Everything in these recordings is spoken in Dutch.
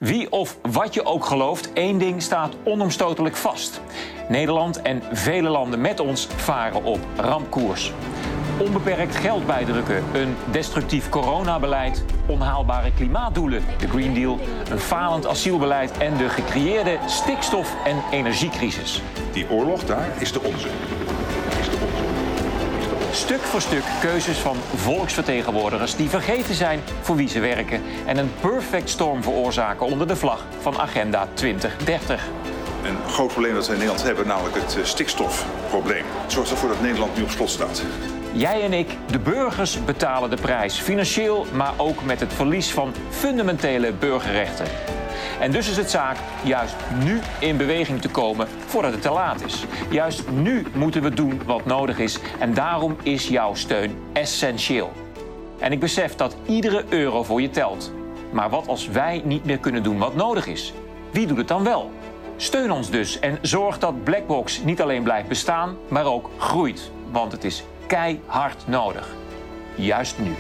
Wie of wat je ook gelooft, één ding staat onomstotelijk vast. Nederland en vele landen met ons varen op rampkoers. Onbeperkt geld bijdrukken, een destructief coronabeleid, onhaalbare klimaatdoelen, de Green Deal, een falend asielbeleid en de gecreëerde stikstof- en energiecrisis. Die oorlog daar is de onze. Stuk voor stuk keuzes van volksvertegenwoordigers die vergeten zijn voor wie ze werken en een perfect storm veroorzaken onder de vlag van Agenda 2030. Een groot probleem dat we in Nederland hebben, namelijk het stikstofprobleem. Het zorgt ervoor dat Nederland nu op slot staat. Jij en ik, de burgers, betalen de prijs. Financieel, maar ook met het verlies van fundamentele burgerrechten. En dus is het zaak juist nu in beweging te komen voordat het te laat is. Juist nu moeten we doen wat nodig is. En daarom is jouw steun essentieel. En ik besef dat iedere euro voor je telt. Maar wat als wij niet meer kunnen doen wat nodig is? Wie doet het dan wel? Steun ons dus en zorg dat Blackbox niet alleen blijft bestaan, maar ook groeit. Want het is keihard nodig. Juist nu.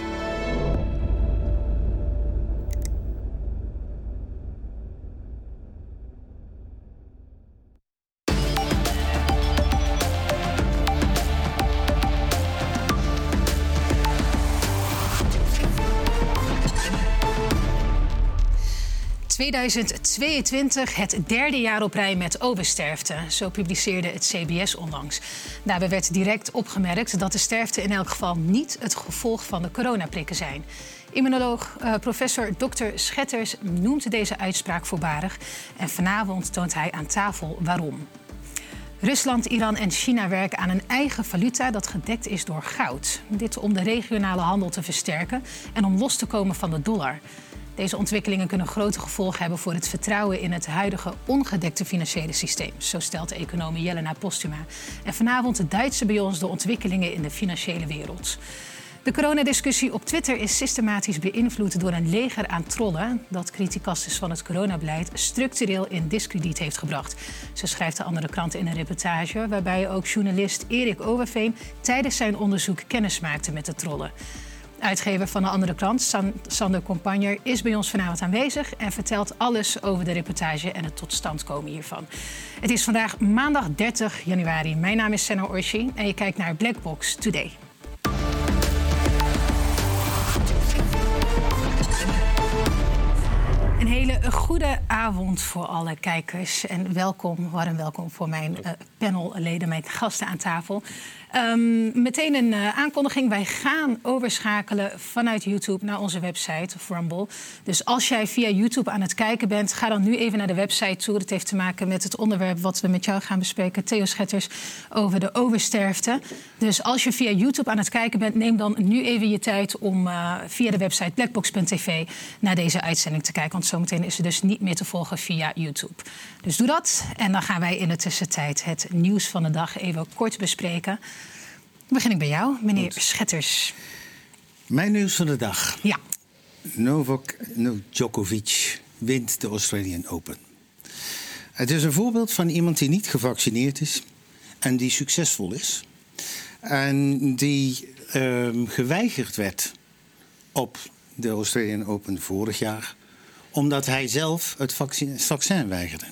...2022, het derde jaar op rij met oversterfte. Zo publiceerde het CBS onlangs. Daarbij werd direct opgemerkt dat de sterfte in elk geval niet het gevolg van de coronaprikken zijn. Immunoloog professor Dr. Schetters noemt deze uitspraak voorbarig. En vanavond toont hij aan tafel waarom. Rusland, Iran en China werken aan een eigen valuta dat gedekt is door goud. Dit om de regionale handel te versterken en om los te komen van de dollar. Deze ontwikkelingen kunnen grote gevolgen hebben voor het vertrouwen in het huidige ongedekte financiële systeem. Zo stelt de econoom Jelena Postuma. En vanavond duidt ze bij ons de ontwikkelingen in de financiële wereld. De coronadiscussie op Twitter is systematisch beïnvloed door een leger aan trollen dat criticasters van het coronabeleid structureel in diskrediet heeft gebracht. Zo schrijft de andere krant in een reportage waarbij ook journalist Erik Overveen tijdens zijn onderzoek kennis maakte met de trollen. Uitgever van de andere krant, Sander Compagner, is bij ons vanavond aanwezig en vertelt alles over de reportage en het tot stand komen hiervan. Het is vandaag maandag 30 januari. Mijn naam is Senna Orsi en je kijkt naar Blackbox Today. Een hele goede avond voor alle kijkers en warm welkom voor mijn panelleden, mijn gasten aan tafel. Meteen een aankondiging. Wij gaan overschakelen vanuit YouTube naar onze website, of Rumble. Dus als jij via YouTube aan het kijken bent, ga dan nu even naar de website toe. Dat heeft te maken met het onderwerp wat we met jou gaan bespreken, Theo Schetters, over de oversterfte. Dus als je via YouTube aan het kijken bent, neem dan nu even je tijd om via de website blackbox.tv naar deze uitzending te kijken. Want zometeen is ze dus niet meer te volgen via YouTube. Dus doe dat. En dan gaan wij in de tussentijd het nieuws van de dag even kort bespreken. Dan begin ik bij jou, meneer Schetters. Mijn nieuws van de dag. Ja. Novak Djokovic wint de Australian Open. Het is een voorbeeld van iemand die niet gevaccineerd is en die succesvol is. En die geweigerd werd op de Australian Open vorig jaar, omdat hij zelf het vaccin weigerde.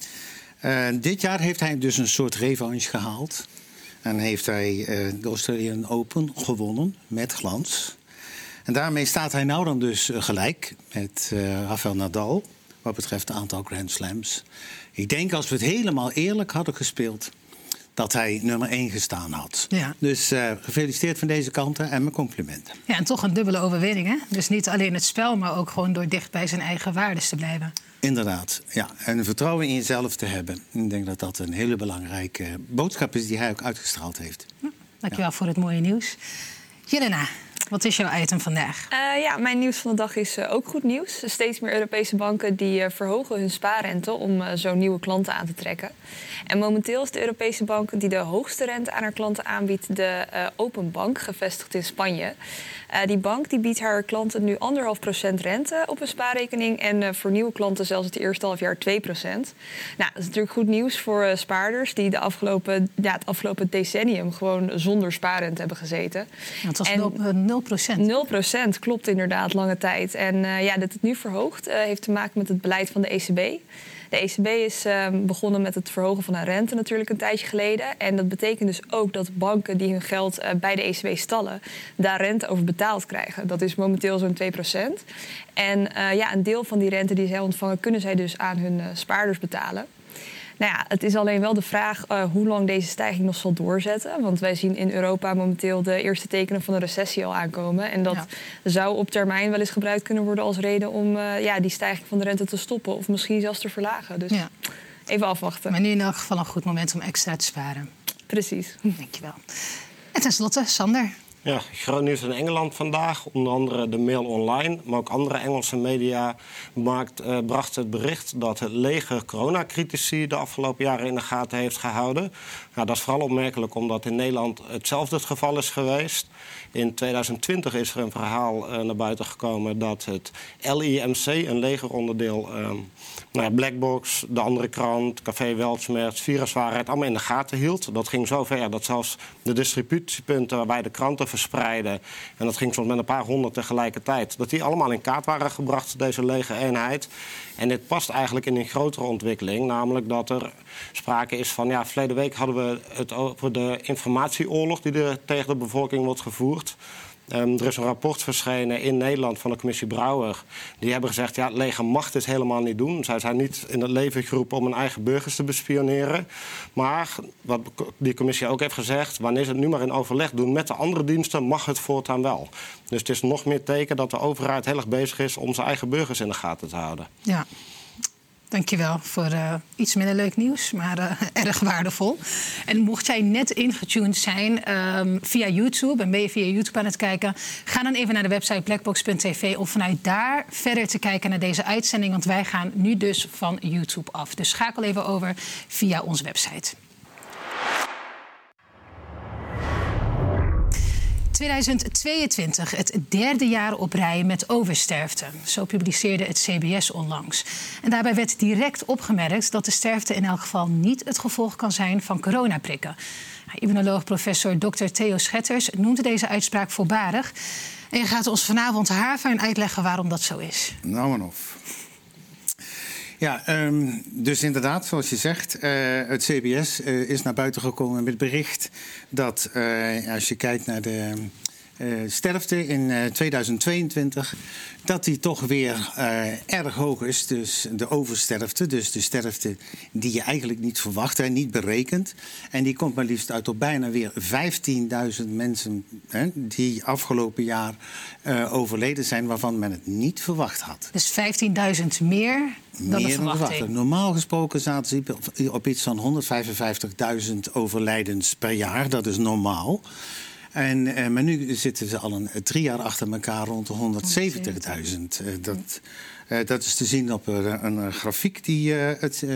Dit jaar heeft hij dus een soort revanche gehaald. En heeft hij de Australian Open gewonnen met glans. En daarmee staat hij nou dan dus gelijk met Rafael Nadal wat betreft het aantal Grand Slams. Ik denk als we het helemaal eerlijk hadden gespeeld, dat hij nummer 1 gestaan had. Ja. Dus gefeliciteerd van deze kanten en mijn complimenten. Ja, en toch een dubbele overwinning, hè? Dus niet alleen het spel, maar ook gewoon door dicht bij zijn eigen waardes te blijven. Inderdaad, ja. En vertrouwen in jezelf te hebben. Ik denk dat dat een hele belangrijke boodschap is die hij ook uitgestraald heeft. Ja, dankjewel voor het mooie nieuws. Jelena, wat is jouw item vandaag? Mijn nieuws van de dag is ook goed nieuws. Steeds meer Europese banken die verhogen hun spaarrente om zo nieuwe klanten aan te trekken. En momenteel is de Europese bank die de hoogste rente aan haar klanten aanbiedt de Open Bank, gevestigd in Spanje. Die bank die biedt haar klanten nu 1,5% rente op een spaarrekening en voor nieuwe klanten zelfs het eerste halfjaar 2%. Nou, dat is natuurlijk goed nieuws voor spaarders die het afgelopen decennium gewoon zonder spaarrente hebben gezeten. Het was 0%, klopt inderdaad, lange tijd. En dat het nu verhoogt heeft te maken met het beleid van de ECB. De ECB is begonnen met het verhogen van de rente natuurlijk een tijdje geleden. En dat betekent dus ook dat banken die hun geld bij de ECB stallen, daar rente over betaald krijgen. Dat is momenteel zo'n 2%. En een deel van die rente die zij ontvangen, kunnen zij dus aan hun spaarders betalen. Nou ja, het is alleen wel de vraag hoe lang deze stijging nog zal doorzetten. Want wij zien in Europa momenteel de eerste tekenen van een recessie al aankomen. En dat zou op termijn wel eens gebruikt kunnen worden als reden om die stijging van de rente te stoppen. Of misschien zelfs te verlagen. Dus even afwachten. Maar nu in elk geval een goed moment om extra te sparen. Precies. Dankjewel. En tenslotte, Sander. Ja, groot nieuws in Engeland vandaag. Onder andere de Mail Online, maar ook andere Engelse media bracht het bericht dat het leger coronacritici de afgelopen jaren in de gaten heeft gehouden. Nou, dat is vooral opmerkelijk omdat in Nederland hetzelfde het geval is geweest. In 2020 is er een verhaal naar buiten gekomen dat het LIMC, een legeronderdeel, Blackbox, de andere krant, Café Weltschmerz, Viruswaarheid, allemaal in de gaten hield. Dat ging zo ver dat zelfs de distributiepunten waarbij de kranten verspreiden, en dat ging soms met een paar honderd tegelijkertijd, dat die allemaal in kaart waren gebracht, deze legereenheid. En dit past eigenlijk in een grotere ontwikkeling, namelijk dat er sprake is van, verleden week hadden we het over de informatieoorlog die er tegen de bevolking wordt gevoerd. Er is een rapport verschenen in Nederland van de commissie Brouwer. Die hebben gezegd, het leger mag dit helemaal niet doen. Zij zijn niet in het leven geroepen om hun eigen burgers te bespioneren. Maar wat die commissie ook heeft gezegd, wanneer ze het nu maar in overleg doen met de andere diensten, mag het voortaan wel. Dus het is nog meer teken dat de overheid heel erg bezig is om zijn eigen burgers in de gaten te houden. Ja. Dankjewel voor iets minder leuk nieuws, maar erg waardevol. En mocht jij net ingetuned zijn via YouTube en ben je via YouTube aan het kijken, ga dan even naar de website blackbox.tv om vanuit daar verder te kijken naar deze uitzending. Want wij gaan nu dus van YouTube af. Dus schakel even over via onze website. 2022, het derde jaar op rij met oversterfte. Zo publiceerde het CBS onlangs. En daarbij werd direct opgemerkt dat de sterfte in elk geval niet het gevolg kan zijn van coronaprikken. Immunoloog professor Dr. Theo Schetters noemde deze uitspraak voorbarig. En je gaat ons vanavond haarfijn uitleggen waarom dat zo is. Nou en of. Ja, dus inderdaad, zoals je zegt, het CBS is naar buiten gekomen met bericht dat als je kijkt naar de sterfte in 2022, dat die toch weer erg hoog is. Dus de oversterfte, dus de sterfte die je eigenlijk niet verwacht en niet berekent. En die komt maar liefst uit op bijna weer 15.000 mensen die afgelopen jaar overleden zijn, waarvan men het niet verwacht had. Dus 15.000 meer dan de verwachting. Normaal gesproken zaten ze op iets van 155.000 overlijdens per jaar. Dat is normaal. Maar nu zitten ze al 3 jaar achter elkaar rond de 170.000. Dat is te zien op een grafiek die het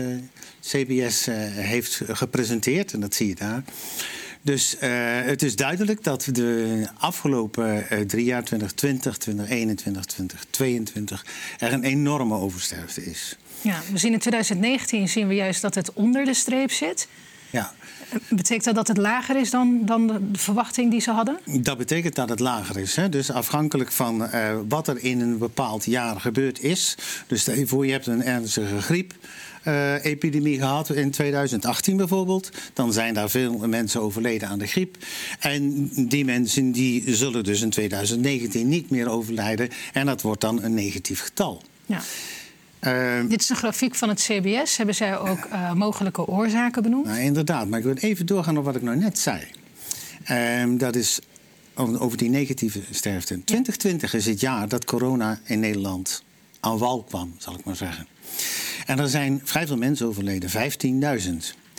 CBS heeft gepresenteerd. En dat zie je daar. Dus het is duidelijk dat de afgelopen 3 jaar, 2020, 2021, 2022... er een enorme oversterfte is. Ja, we zien in 2019 zien we juist dat het onder de streep zit. Ja. Betekent dat het lager is dan de verwachting die ze hadden? Dat betekent dat het lager is. Hè? Dus afhankelijk van wat er in een bepaald jaar gebeurd is. Dus stel je voor, je hebt een ernstige griep-epidemie gehad in 2018 bijvoorbeeld. Dan zijn daar veel mensen overleden aan de griep. En die mensen die zullen dus in 2019 niet meer overlijden. En dat wordt dan een negatief getal. Ja. Dit is een grafiek van het CBS. Hebben zij ook mogelijke oorzaken benoemd? Nou, inderdaad, maar ik wil even doorgaan op wat ik nou net zei. Dat is over die negatieve sterfte. 2020 is het jaar dat corona in Nederland aan wal kwam, zal ik maar zeggen. En er zijn vrij veel mensen overleden, 15.000.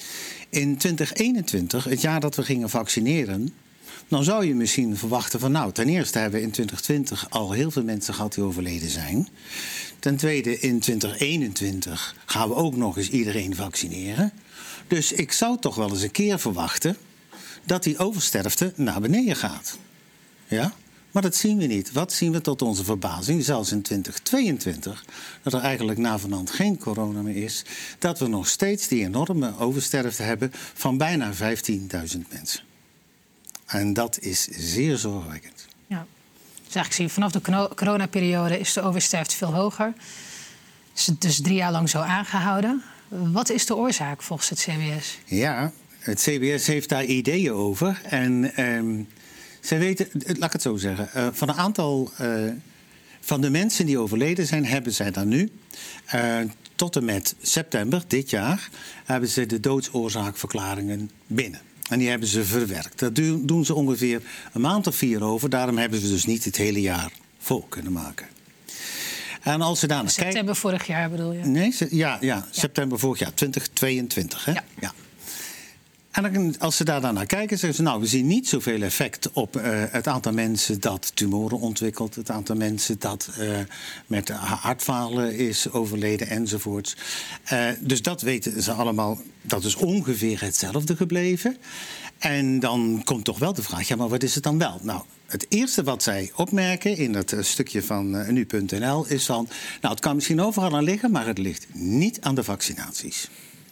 In 2021, het jaar dat we gingen vaccineren, dan zou je misschien verwachten van ten eerste hebben we in 2020 al heel veel mensen gehad die overleden zijn. Ten tweede, in 2021 gaan we ook nog eens iedereen vaccineren. Dus ik zou toch wel eens een keer verwachten dat die oversterfte naar beneden gaat. Ja? Maar dat zien we niet. Wat zien we tot onze verbazing? Zelfs in 2022, dat er eigenlijk navenant geen corona meer is, dat we nog steeds die enorme oversterfte hebben van bijna 15.000 mensen. En dat is zeer zorgwekkend. Ja. Dus eigenlijk zie je vanaf de coronaperiode is de oversterfte veel hoger. Is het dus 3 jaar lang zo aangehouden. Wat is de oorzaak volgens het CBS? Ja, het CBS heeft daar ideeën over. En zij weten, laat ik het zo zeggen, van een aantal van de mensen die overleden zijn, hebben zij dan nu tot en met september dit jaar hebben ze de doodsoorzaakverklaringen binnen. En die hebben ze verwerkt. Dat doen ze ongeveer een maand of 4 over. Daarom hebben ze dus niet het hele jaar vol kunnen maken. En als ze daar naar kijken... September vorig jaar bedoel je? Nee, september vorig jaar, 2022. Hè? Ja. En dan, als ze daar dan naar kijken, zeggen ze... nou, we zien niet zoveel effect op het aantal mensen dat tumoren ontwikkelt... het aantal mensen dat met hartfalen is overleden enzovoorts. Dus dat weten ze allemaal, dat is ongeveer hetzelfde gebleven. En dan komt toch wel de vraag, ja, maar wat is het dan wel? Nou, het eerste wat zij opmerken in het stukje van nu.nl is van... nou, het kan misschien overal aan liggen, maar het ligt niet aan de vaccinaties.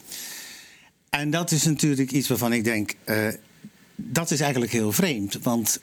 En dat is natuurlijk iets waarvan ik denk, dat is eigenlijk heel vreemd. Want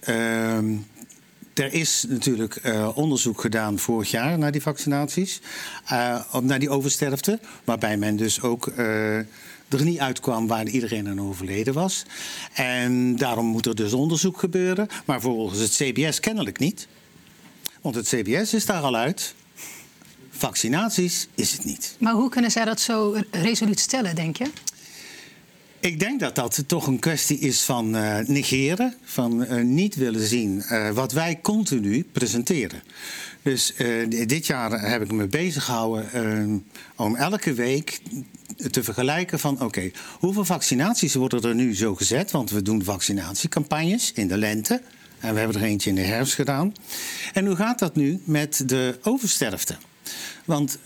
er is natuurlijk onderzoek gedaan vorig jaar naar die vaccinaties. Naar die oversterfte, waarbij men dus ook... er niet uitkwam waar iedereen aan overleden was. En daarom moet er dus onderzoek gebeuren. Maar volgens het CBS kennelijk niet. Want het CBS is daar al uit. Vaccinaties is het niet. Maar hoe kunnen zij dat zo resoluut stellen, denk je? Ik denk dat dat toch een kwestie is van negeren. Van niet willen zien wat wij continu presenteren. Dus dit jaar heb ik me bezig gehouden om elke week te vergelijken van... oké, hoeveel vaccinaties worden er nu zo gezet? Want we doen vaccinatiecampagnes in de lente. En we hebben er eentje in de herfst gedaan. En hoe gaat dat nu met de oversterfte? Want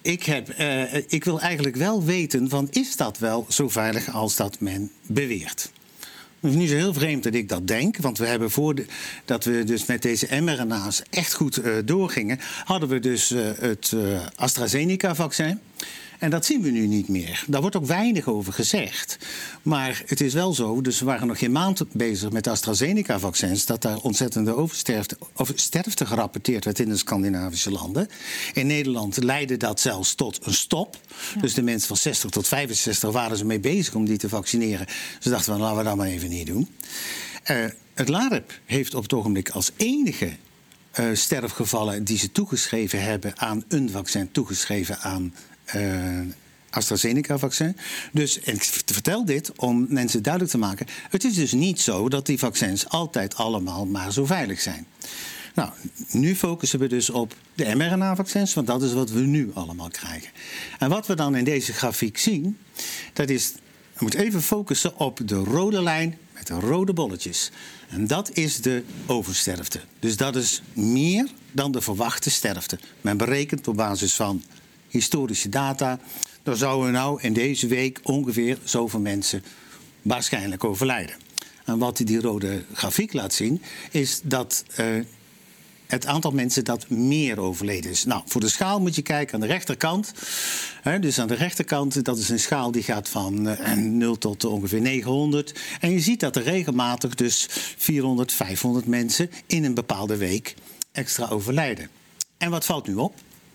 ik wil eigenlijk wel weten van... is dat wel zo veilig als dat men beweert? Het is niet zo heel vreemd dat ik dat denk. Want we hebben dat we dus met deze mRNA's echt goed doorgingen... hadden we dus het AstraZeneca-vaccin... En dat zien we nu niet meer. Daar wordt ook weinig over gezegd. Maar het is wel zo, dus we waren nog geen maand bezig met AstraZeneca-vaccins... dat daar ontzettende sterfte gerapporteerd werd in de Scandinavische landen. In Nederland leidde dat zelfs tot een stop. Ja. Dus de mensen van 60 tot 65 waren ze mee bezig om die te vaccineren. Ze dachten van, laten we dat maar even niet doen. Het LAREP heeft op het ogenblik als enige... sterfgevallen die ze toegeschreven hebben aan een vaccin... toegeschreven aan AstraZeneca-vaccin. Dus en ik vertel dit om mensen duidelijk te maken... het is dus niet zo dat die vaccins altijd allemaal maar zo veilig zijn. Nou, nu focussen we dus op de mRNA-vaccins... want dat is wat we nu allemaal krijgen. En wat we dan in deze grafiek zien... dat is, we moeten even focussen op de rode lijn met de rode bolletjes. En dat is de oversterfte. Dus dat is meer dan de verwachte sterfte. Men berekent op basis van... historische data, dan zouden nou in deze week ongeveer zoveel mensen waarschijnlijk overlijden. En wat die rode grafiek laat zien, is dat het aantal mensen dat meer overleden is. Nou, voor de schaal moet je kijken aan de rechterkant. Dus aan de rechterkant, dat is een schaal die gaat van 0 tot ongeveer 900. En je ziet dat er regelmatig dus 400, 500 mensen in een bepaalde week extra overlijden. En wat valt nu op?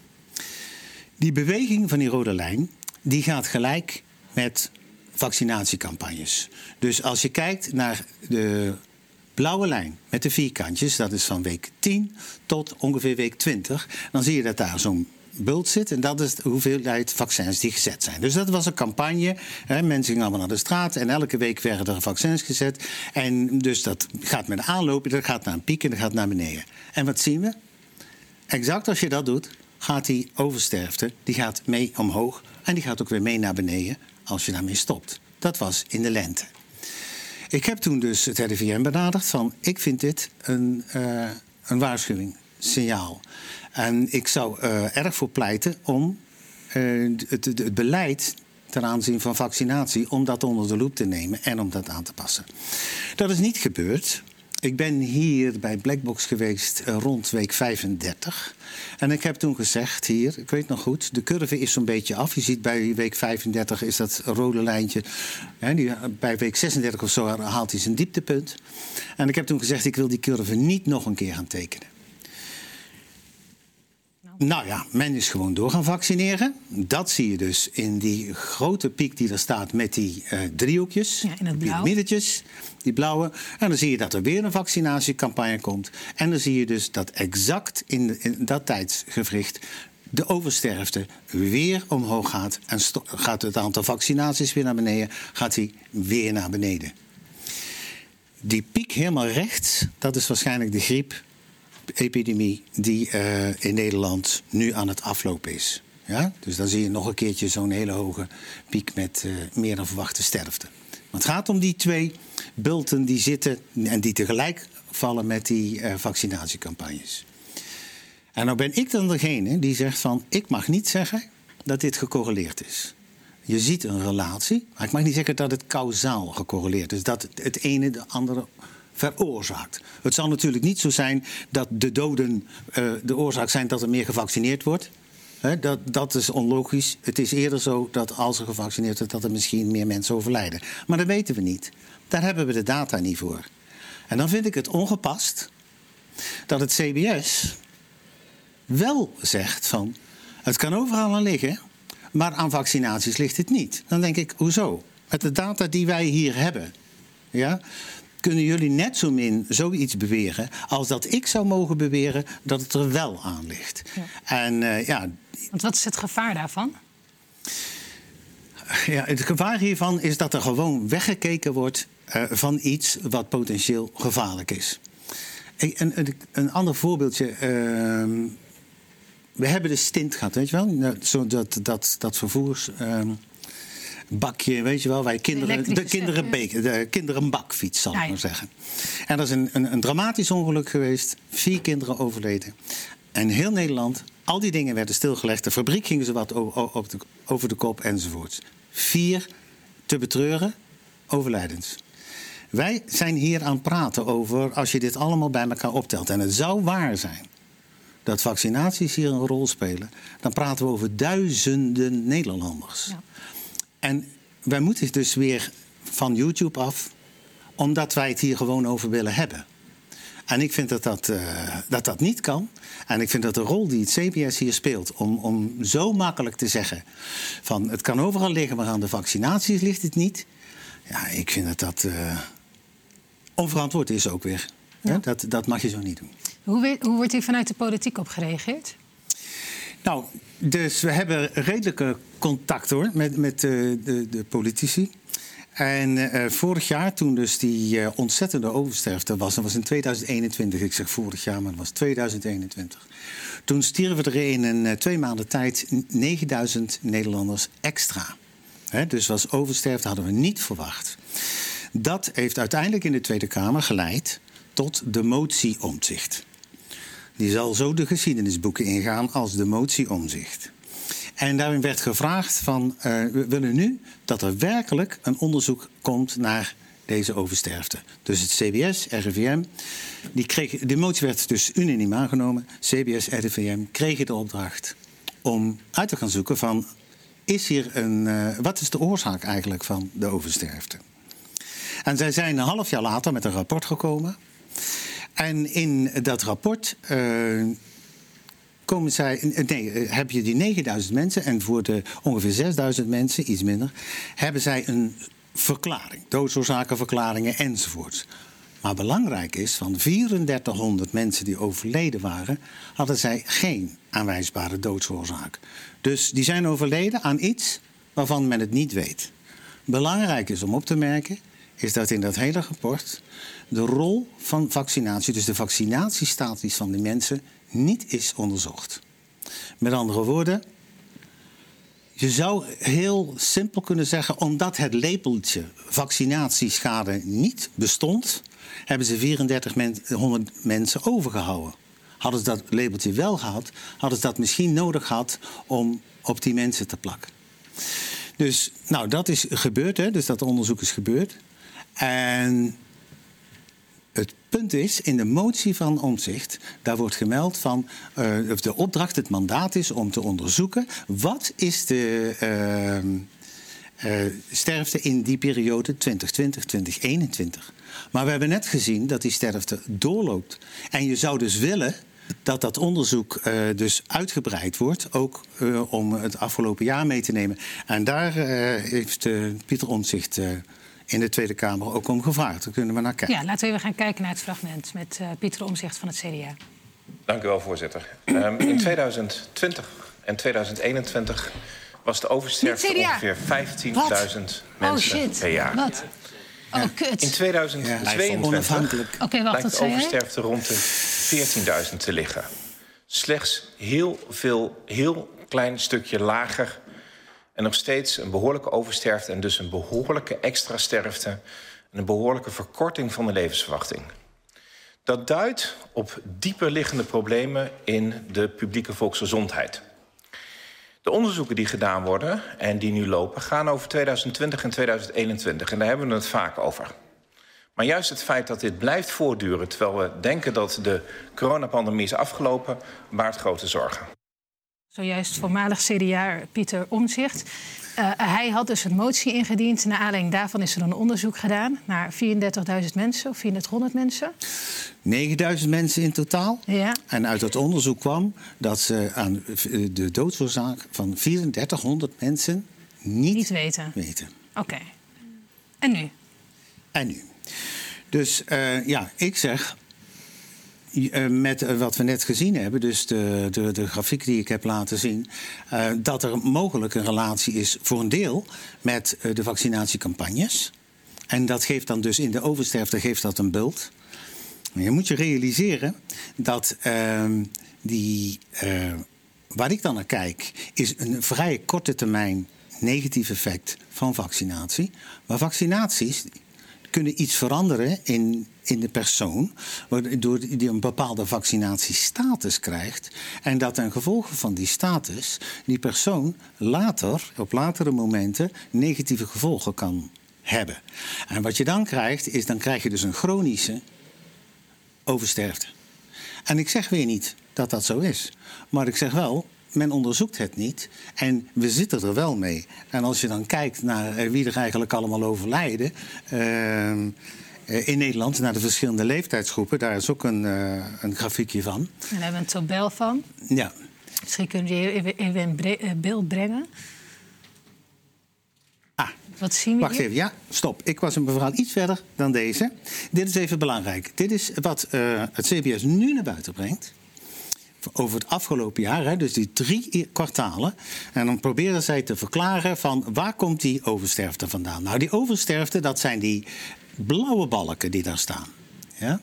Die beweging van die rode lijn, die gaat gelijk met vaccinatiecampagnes. Dus als je kijkt naar de blauwe lijn met de vierkantjes... dat is van week 10 tot ongeveer week 20... dan zie je dat daar zo'n bult zit... en dat is de hoeveelheid vaccins die gezet zijn. Dus dat was een campagne. Mensen gingen allemaal naar de straat... en elke week werden er vaccins gezet. En dus dat gaat met een aanloop, dat gaat naar een piek en dat gaat naar beneden. En wat zien we? Exact als je dat doet... gaat die oversterfte, die gaat mee omhoog... en die gaat ook weer mee naar beneden als je daarmee stopt. Dat was in de lente. Ik heb toen dus het RIVM benaderd van... ik vind dit een waarschuwing, signaal. En ik zou erg voor pleiten om het beleid... ten aanzien van vaccinatie, om dat onder de loep te nemen... en om dat aan te passen. Dat is niet gebeurd... Ik ben hier bij Blackbox geweest rond week 35. En ik heb toen gezegd hier, ik weet nog goed... de curve is zo'n beetje af. Je ziet bij week 35 is dat rode lijntje... bij week 36 of zo haalt hij zijn dieptepunt. En ik heb toen gezegd, ik wil die curve niet nog een keer gaan tekenen. Nou ja, men is gewoon door gaan vaccineren. Dat zie je dus in die grote piek die er staat met die driehoekjes. Ja, in het blauw. Die middetjes, die blauwe. En dan zie je dat er weer een vaccinatiecampagne komt. En dan zie je dus dat exact in dat tijdsgevricht de oversterfte weer omhoog gaat. En gaat het aantal vaccinaties weer naar beneden, gaat die weer naar beneden. Die piek helemaal rechts, dat is waarschijnlijk de griepepidemie die in Nederland nu aan het aflopen is. Ja? Dus dan zie je nog een keertje zo'n hele hoge piek met meer dan verwachte sterfte. Maar het gaat om die twee bulten die zitten en die tegelijk vallen met die vaccinatiecampagnes. En nou ben ik dan degene die zegt van, ik mag niet zeggen dat dit gecorreleerd is. Je ziet een relatie, maar ik mag niet zeggen dat het kausaal gecorreleerd is. Dat het ene de andere veroorzaakt. Het zal natuurlijk niet zo zijn dat de doden de oorzaak zijn dat er meer gevaccineerd wordt. Dat is onlogisch. Het is eerder zo dat als er gevaccineerd wordt, dat er misschien meer mensen overlijden. Maar dat weten we niet. Daar hebben we de data niet voor. En dan vind ik het ongepast dat het CBS wel zegt van, het kan overal aan liggen, maar aan vaccinaties ligt het niet. Dan denk ik, hoezo? Met de data die wij hier hebben, ja, kunnen jullie net zo min zoiets beweren als dat ik zou mogen beweren dat het er wel aan ligt. Ja. En want wat is het gevaar daarvan? Ja, het gevaar hiervan is dat er gewoon weggekeken wordt van iets wat potentieel gevaarlijk is. Een ander voorbeeldje. We hebben de stint gehad, weet je wel? Zo dat vervoersbakje, weet je wel, waar de kinderen een bakfiets, zal ik maar zeggen. En dat is een dramatisch ongeluk geweest. 4 kinderen overleden. En heel Nederland, al die dingen werden stilgelegd. De fabriek gingen ze wat over de kop enzovoorts. 4 te betreuren overlijdens. Wij zijn hier aan het praten over, als je dit allemaal bij elkaar optelt, en het zou waar zijn dat vaccinaties hier een rol spelen, dan praten we over duizenden Nederlanders. Ja. En wij moeten dus weer van YouTube af, omdat wij het hier gewoon over willen hebben. En ik vind dat niet kan. En ik vind dat de rol die het CBS hier speelt, om zo makkelijk te zeggen van het kan overal liggen, maar aan de vaccinaties ligt het niet. Ja, ik vind dat onverantwoord is ook weer. Ja. Dat mag je zo niet doen. Hoe wordt hier vanuit de politiek op gereageerd? Nou, dus we hebben redelijke contact hoor, met de politici. En vorig jaar, toen dus die ontzettende oversterfte was, dat was in 2021, ik zeg vorig jaar, maar dat was 2021. Toen stierven er in een 2 maanden tijd 9000 Nederlanders extra. Dus was oversterfte, hadden we niet verwacht. Dat heeft uiteindelijk in de Tweede Kamer geleid tot de motie Omtzigt. Die zal zo de geschiedenisboeken ingaan als de motie Omtzigt. En daarin werd gevraagd van, we willen nu dat er werkelijk een onderzoek komt naar deze oversterfte. Dus het CBS, RIVM, de motie werd dus unaniem aangenomen. CBS, RIVM kregen de opdracht om uit te gaan zoeken van, wat is de oorzaak eigenlijk van de oversterfte? En zij zijn een half jaar later met een rapport gekomen. En in dat rapport heb je die 9000 mensen, en voor de ongeveer 6000 mensen, iets minder, hebben zij een verklaring, doodsoorzakenverklaringen enzovoort. Maar belangrijk is, van 3400 mensen die overleden waren, hadden zij geen aanwijsbare doodsoorzaak. Dus die zijn overleden aan iets waarvan men het niet weet. Belangrijk is om op te merken, is dat in dat hele rapport de rol van vaccinatie, dus de vaccinatiestatus van die mensen, niet is onderzocht. Met andere woorden, je zou heel simpel kunnen zeggen, omdat het labeltje vaccinatieschade niet bestond, hebben ze 3400 mensen overgehouden. Hadden ze dat labeltje wel gehad, hadden ze dat misschien nodig gehad om op die mensen te plakken. Dus, nou, dat is gebeurd, hè? Dus dat onderzoek is gebeurd. En het punt is, in de motie van Omtzigt, daar wordt gemeld van, de opdracht, het mandaat is om te onderzoeken, wat is de sterfte in die periode 2020-2021. Maar we hebben net gezien dat die sterfte doorloopt. En je zou dus willen dat onderzoek dus uitgebreid wordt, ook om het afgelopen jaar mee te nemen. En daar heeft Pieter Omtzigt in de Tweede Kamer ook om gevraagd. Daar kunnen we naar kijken. Ja, laten we even gaan kijken naar het fragment met Pieter Omtzigt van het CDA. Dank u wel, voorzitter. In 2020 en 2021 was de oversterfte ongeveer 15.000 mensen per jaar. Wat? Oh, kut. In 2022 lijkt de oversterfte rond de 14.000 te liggen. Slechts heel klein stukje lager. En nog steeds een behoorlijke oversterfte en dus een behoorlijke extra sterfte en een behoorlijke verkorting van de levensverwachting. Dat duidt op dieper liggende problemen in de publieke volksgezondheid. De onderzoeken die gedaan worden en die nu lopen gaan over 2020 en 2021. En daar hebben we het vaak over. Maar juist het feit dat dit blijft voortduren terwijl we denken dat de coronapandemie is afgelopen, baart grote zorgen. Zojuist voormalig CDA Pieter Omtzigt. Hij had dus een motie ingediend. Naar aanleiding daarvan is er een onderzoek gedaan naar 34.000 mensen of 400 mensen. 9.000 mensen in totaal. Ja. En uit dat onderzoek kwam dat ze aan de doodsoorzaak van 3400 mensen niet weten. Oké. En nu? En nu. Dus ik zeg, met wat we net gezien hebben, dus de grafiek die ik heb laten zien, dat er mogelijk een relatie is voor een deel met de vaccinatiecampagnes. En dat geeft dan dus in de oversterfte geeft dat een bult. Maar je moet je realiseren dat waar ik dan naar kijk, is een vrij korte termijn negatief effect van vaccinatie. Maar vaccinaties kunnen iets veranderen in de persoon, waardoor die een bepaalde vaccinatiestatus krijgt. En dat ten gevolge van die status die persoon op latere momenten negatieve gevolgen kan hebben. En wat je dan krijgt, dan krijg je dus een chronische oversterfte. En ik zeg weer niet dat dat zo is. Maar ik zeg wel, men onderzoekt het niet en we zitten er wel mee. En als je dan kijkt naar wie er eigenlijk allemaal overlijden in Nederland, naar de verschillende leeftijdsgroepen, daar is ook een grafiekje van. En daar hebben we een tabel van. Ja. Misschien kunnen we even in beeld brengen. Wat zien we Wacht hier? even, ja, stop. Ik was een verhaal iets verder dan deze. Dit is even belangrijk. Dit is wat het CBS nu naar buiten brengt. Over het afgelopen jaar, dus die 3 kwartalen. En dan proberen zij te verklaren van waar komt die oversterfte vandaan. Nou, die oversterfte, dat zijn die blauwe balken die daar staan. Ja?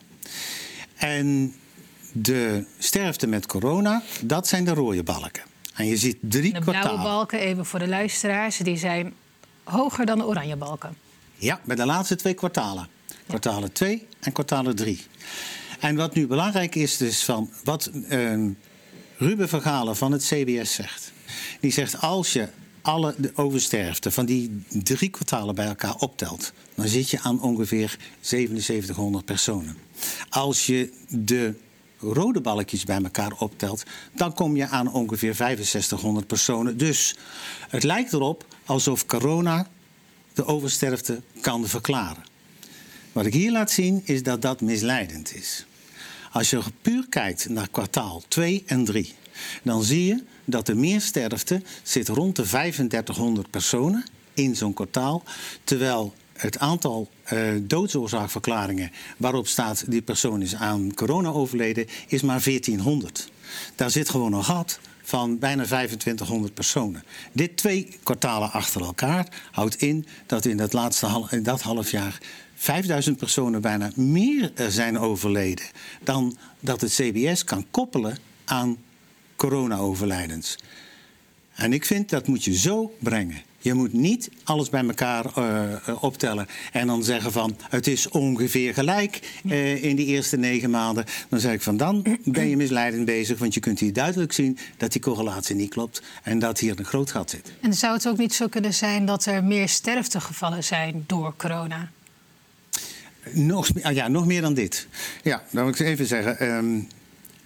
En de sterfte met corona, dat zijn de rode balken. En je ziet 3 kwartalen. De blauwe balken, even voor de luisteraars, die zijn hoger dan de oranje balken. Ja, bij de laatste 2 kwartalen. Kwartalen 2 en kwartalen 3. En wat nu belangrijk is, dus van wat Ruben Vergalen van het CBS zegt. Die zegt, als je de oversterfte van die 3 kwartalen bij elkaar optelt, dan zit je aan ongeveer 7700 personen. Als je de rode balkjes bij elkaar optelt, dan kom je aan ongeveer 6500 personen. Dus het lijkt erop alsof corona de oversterfte kan verklaren. Wat ik hier laat zien is dat dat misleidend is. Als je puur kijkt naar kwartaal 2 en 3... dan zie je dat de meersterfte zit rond de 3500 personen in zo'n kwartaal. Terwijl het aantal doodsoorzaakverklaringen waarop staat die persoon is aan corona overleden, is maar 1400. Daar zit gewoon een gat van bijna 2500 personen. Dit 2 kwartalen achter elkaar houdt in dat in dat half jaar 5000 personen bijna meer zijn overleden dan dat het CBS kan koppelen aan corona-overlijdens. En ik vind dat moet je zo brengen. Je moet niet alles bij elkaar optellen en dan zeggen van het is ongeveer gelijk in die eerste 9 maanden. Dan zeg ik van dan ben je misleidend bezig, want je kunt hier duidelijk zien dat die correlatie niet klopt en dat hier een groot gat zit. En zou het ook niet zo kunnen zijn dat er meer sterftegevallen zijn door corona? Nog meer dan dit. Ja, dan wil ik even zeggen.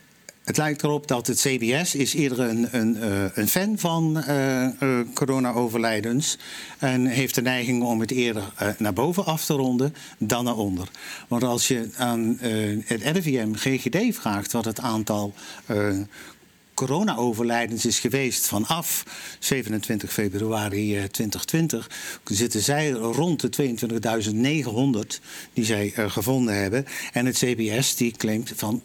Het lijkt erop dat het CBS is eerder een fan van corona-overlijdens en heeft de neiging om het eerder naar boven af te ronden dan naar onder. Want als je aan het RIVM GGD vraagt wat het aantal corona-overlijdens is geweest vanaf 27 februari 2020... zitten zij rond de 22.900 die zij gevonden hebben. En het CBS die claimt van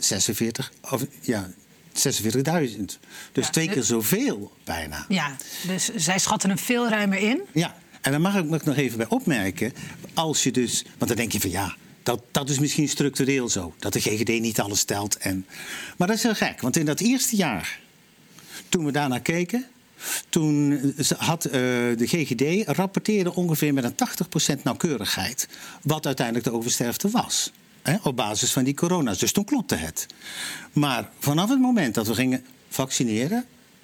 46.000. Dus 2 keer zoveel bijna. Ja, dus zij schatten hem veel ruimer in. Ja, en dan mag ik nog even bij opmerken. Als je dus, want dan denk je van ja, dat is misschien structureel zo. Dat de GGD niet alles telt. Maar dat is heel gek, want in dat eerste jaar, toen we daarnaar keken, toen had de GGD rapporteerde ongeveer met een 80% nauwkeurigheid wat uiteindelijk de oversterfte was. Op basis van die corona's. Dus toen klopte het. Maar vanaf het moment dat we gingen vaccineren,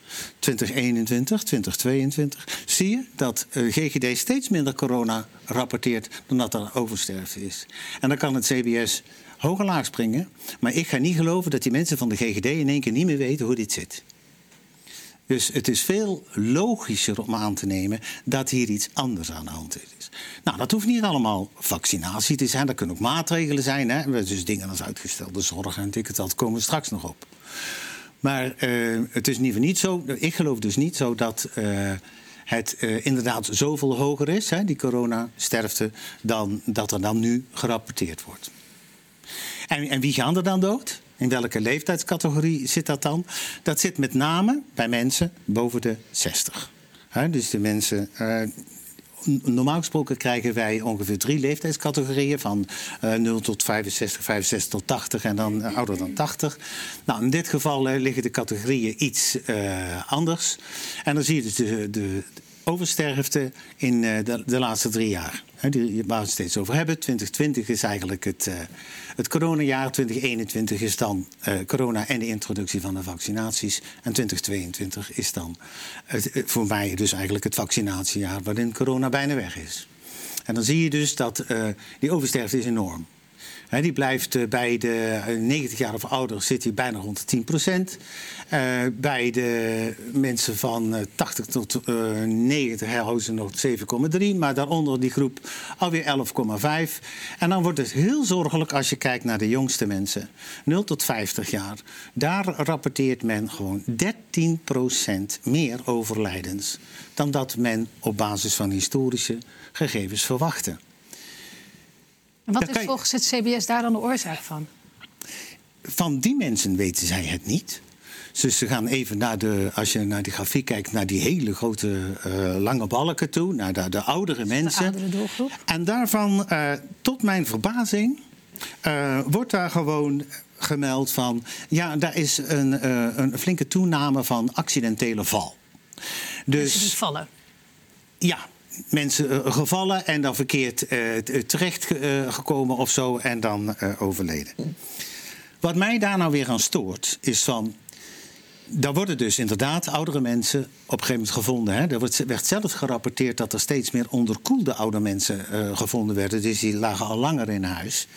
2021, 2022, zie je dat GGD steeds minder corona rapporteert dan dat er oversterfte is. En dan kan het CBS hoog en laag springen. Maar ik ga niet geloven dat die mensen van de GGD in één keer niet meer weten hoe dit zit. Dus het is veel logischer om aan te nemen dat hier iets anders aan de hand is. Nou, dat hoeft niet allemaal vaccinatie te zijn. Dat kunnen ook maatregelen zijn. Hè? Dus dingen als uitgestelde zorg en dat komen we straks nog op. Maar het is in ieder geval niet zo. Ik geloof dus niet zo dat het inderdaad zoveel hoger is, hè, die coronasterfte, dan dat er dan nu gerapporteerd wordt. En wie gaan er dan dood? In welke leeftijdscategorie zit dat dan? Dat zit met name bij mensen boven de 60. Dus de mensen. Normaal gesproken krijgen wij ongeveer 3 leeftijdscategorieën. Van 0 tot 65, 65 tot 80 en dan ouder dan 80. Nou, in dit geval liggen de categorieën iets anders. En dan zie je dus de oversterfte in de laatste 3 jaar. Waar we het steeds over hebben. 2020 is eigenlijk het coronajaar. 2021 is dan corona en de introductie van de vaccinaties. En 2022 is dan voor mij dus eigenlijk het vaccinatiejaar waarin corona bijna weg is. En dan zie je dus dat die oversterfte is enorm. Die blijft bij de 90 jaar of ouder zit hij bijna rond de 10%. Bij de mensen van 80 tot 90 houden ze nog 7,3. Maar daaronder die groep alweer 11,5. En dan wordt het heel zorgelijk als je kijkt naar de jongste mensen. 0 tot 50 jaar. Daar rapporteert men gewoon 13% meer overlijdens dan dat men op basis van historische gegevens verwachtte. En wat is volgens het CBS daar dan de oorzaak van? Van die mensen weten zij het niet. Dus ze gaan even als je naar die grafiek kijkt, naar die hele grote lange balken toe, naar de oudere mensen. De oudere doelgroep. En daarvan, tot mijn verbazing, wordt daar gewoon gemeld van, ja, daar is een flinke toename van accidentele val. Dus mensen die vallen? Ja. Mensen gevallen en dan verkeerd terecht gekomen of zo en dan overleden. Wat mij daar nou weer aan stoort is van, daar worden dus inderdaad oudere mensen op een gegeven moment gevonden. Hè? Er werd zelfs gerapporteerd dat er steeds meer onderkoelde oude mensen gevonden werden. Dus die lagen al langer in huis.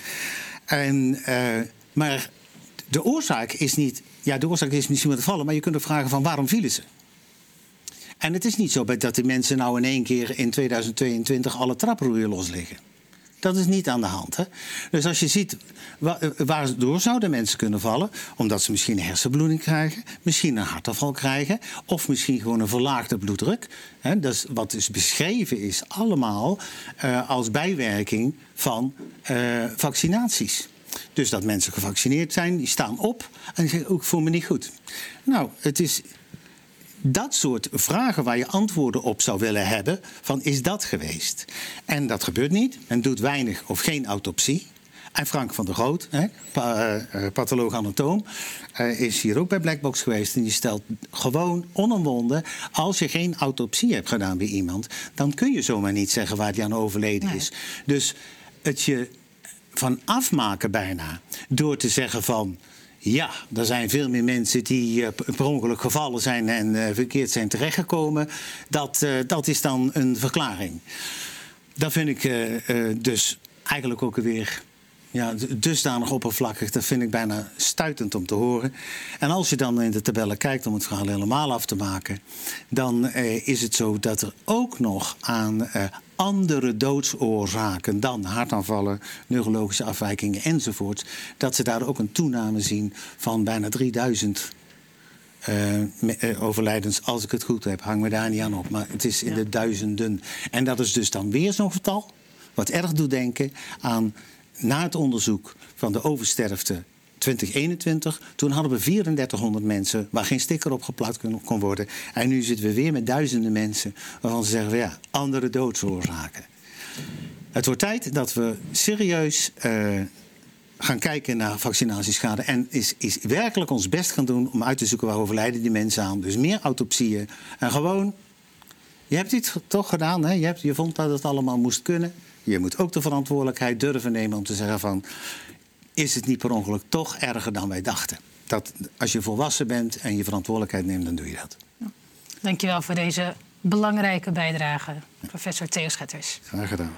Maar de oorzaak is niet, de oorzaak is misschien wat vallen, maar je kunt ook vragen van waarom vielen ze? En het is niet zo dat die mensen nou in één keer in 2022 alle traproeien los liggen. Dat is niet aan de hand. Hè? Dus als je ziet waardoor zouden mensen kunnen vallen, omdat ze misschien een hersenbloeding krijgen, misschien een hartaanval krijgen, of misschien gewoon een verlaagde bloeddruk. Hè? Dat is, wat dus beschreven is allemaal als bijwerking van vaccinaties. Dus dat mensen gevaccineerd zijn, die staan op en die zeggen, ik voel me niet goed. Nou, het is dat soort vragen waar je antwoorden op zou willen hebben, van is dat geweest? En dat gebeurt niet. Men doet weinig of geen autopsie. En Frank van der Goot, patholoog-anatoom, is hier ook bij Blackbox geweest. En die stelt gewoon onomwonden, als je geen autopsie hebt gedaan bij iemand, dan kun je zomaar niet zeggen waar die aan overleden is. Dus het je van afmaken bijna, door te zeggen van, ja, er zijn veel meer mensen die per ongeluk gevallen zijn en verkeerd zijn terechtgekomen. Dat is dan een verklaring. Dat vind ik dus eigenlijk ook weer Ja, dusdanig oppervlakkig, dat vind ik bijna stuitend om te horen. En als je dan in de tabellen kijkt, om het verhaal helemaal af te maken, dan is het zo dat er ook nog aan andere doodsoorzaken dan hartaanvallen, neurologische afwijkingen enzovoort, dat ze daar ook een toename zien van bijna 3000 overlijdens, als ik het goed heb. Hang me daar niet aan op, maar het is in de duizenden. En dat is dus dan weer zo'n getal wat erg doet denken aan, na het onderzoek van de oversterfte 2021... toen hadden we 3400 mensen waar geen sticker op geplakt kon worden. En nu zitten we weer met duizenden mensen waarvan ze zeggen, ja, andere doodsoorzaken. Het wordt tijd dat we serieus gaan kijken naar vaccinatieschade en is werkelijk ons best gaan doen om uit te zoeken waar overlijden die mensen aan. Dus meer autopsieën en gewoon, je hebt iets toch gedaan, hè? Je vond dat het allemaal moest kunnen. Je moet ook de verantwoordelijkheid durven nemen om te zeggen van, is het niet per ongeluk toch erger dan wij dachten? Dat als je volwassen bent en je verantwoordelijkheid neemt, dan doe je dat. Dankjewel voor deze belangrijke bijdrage, professor Theo Schetters. Graag gedaan.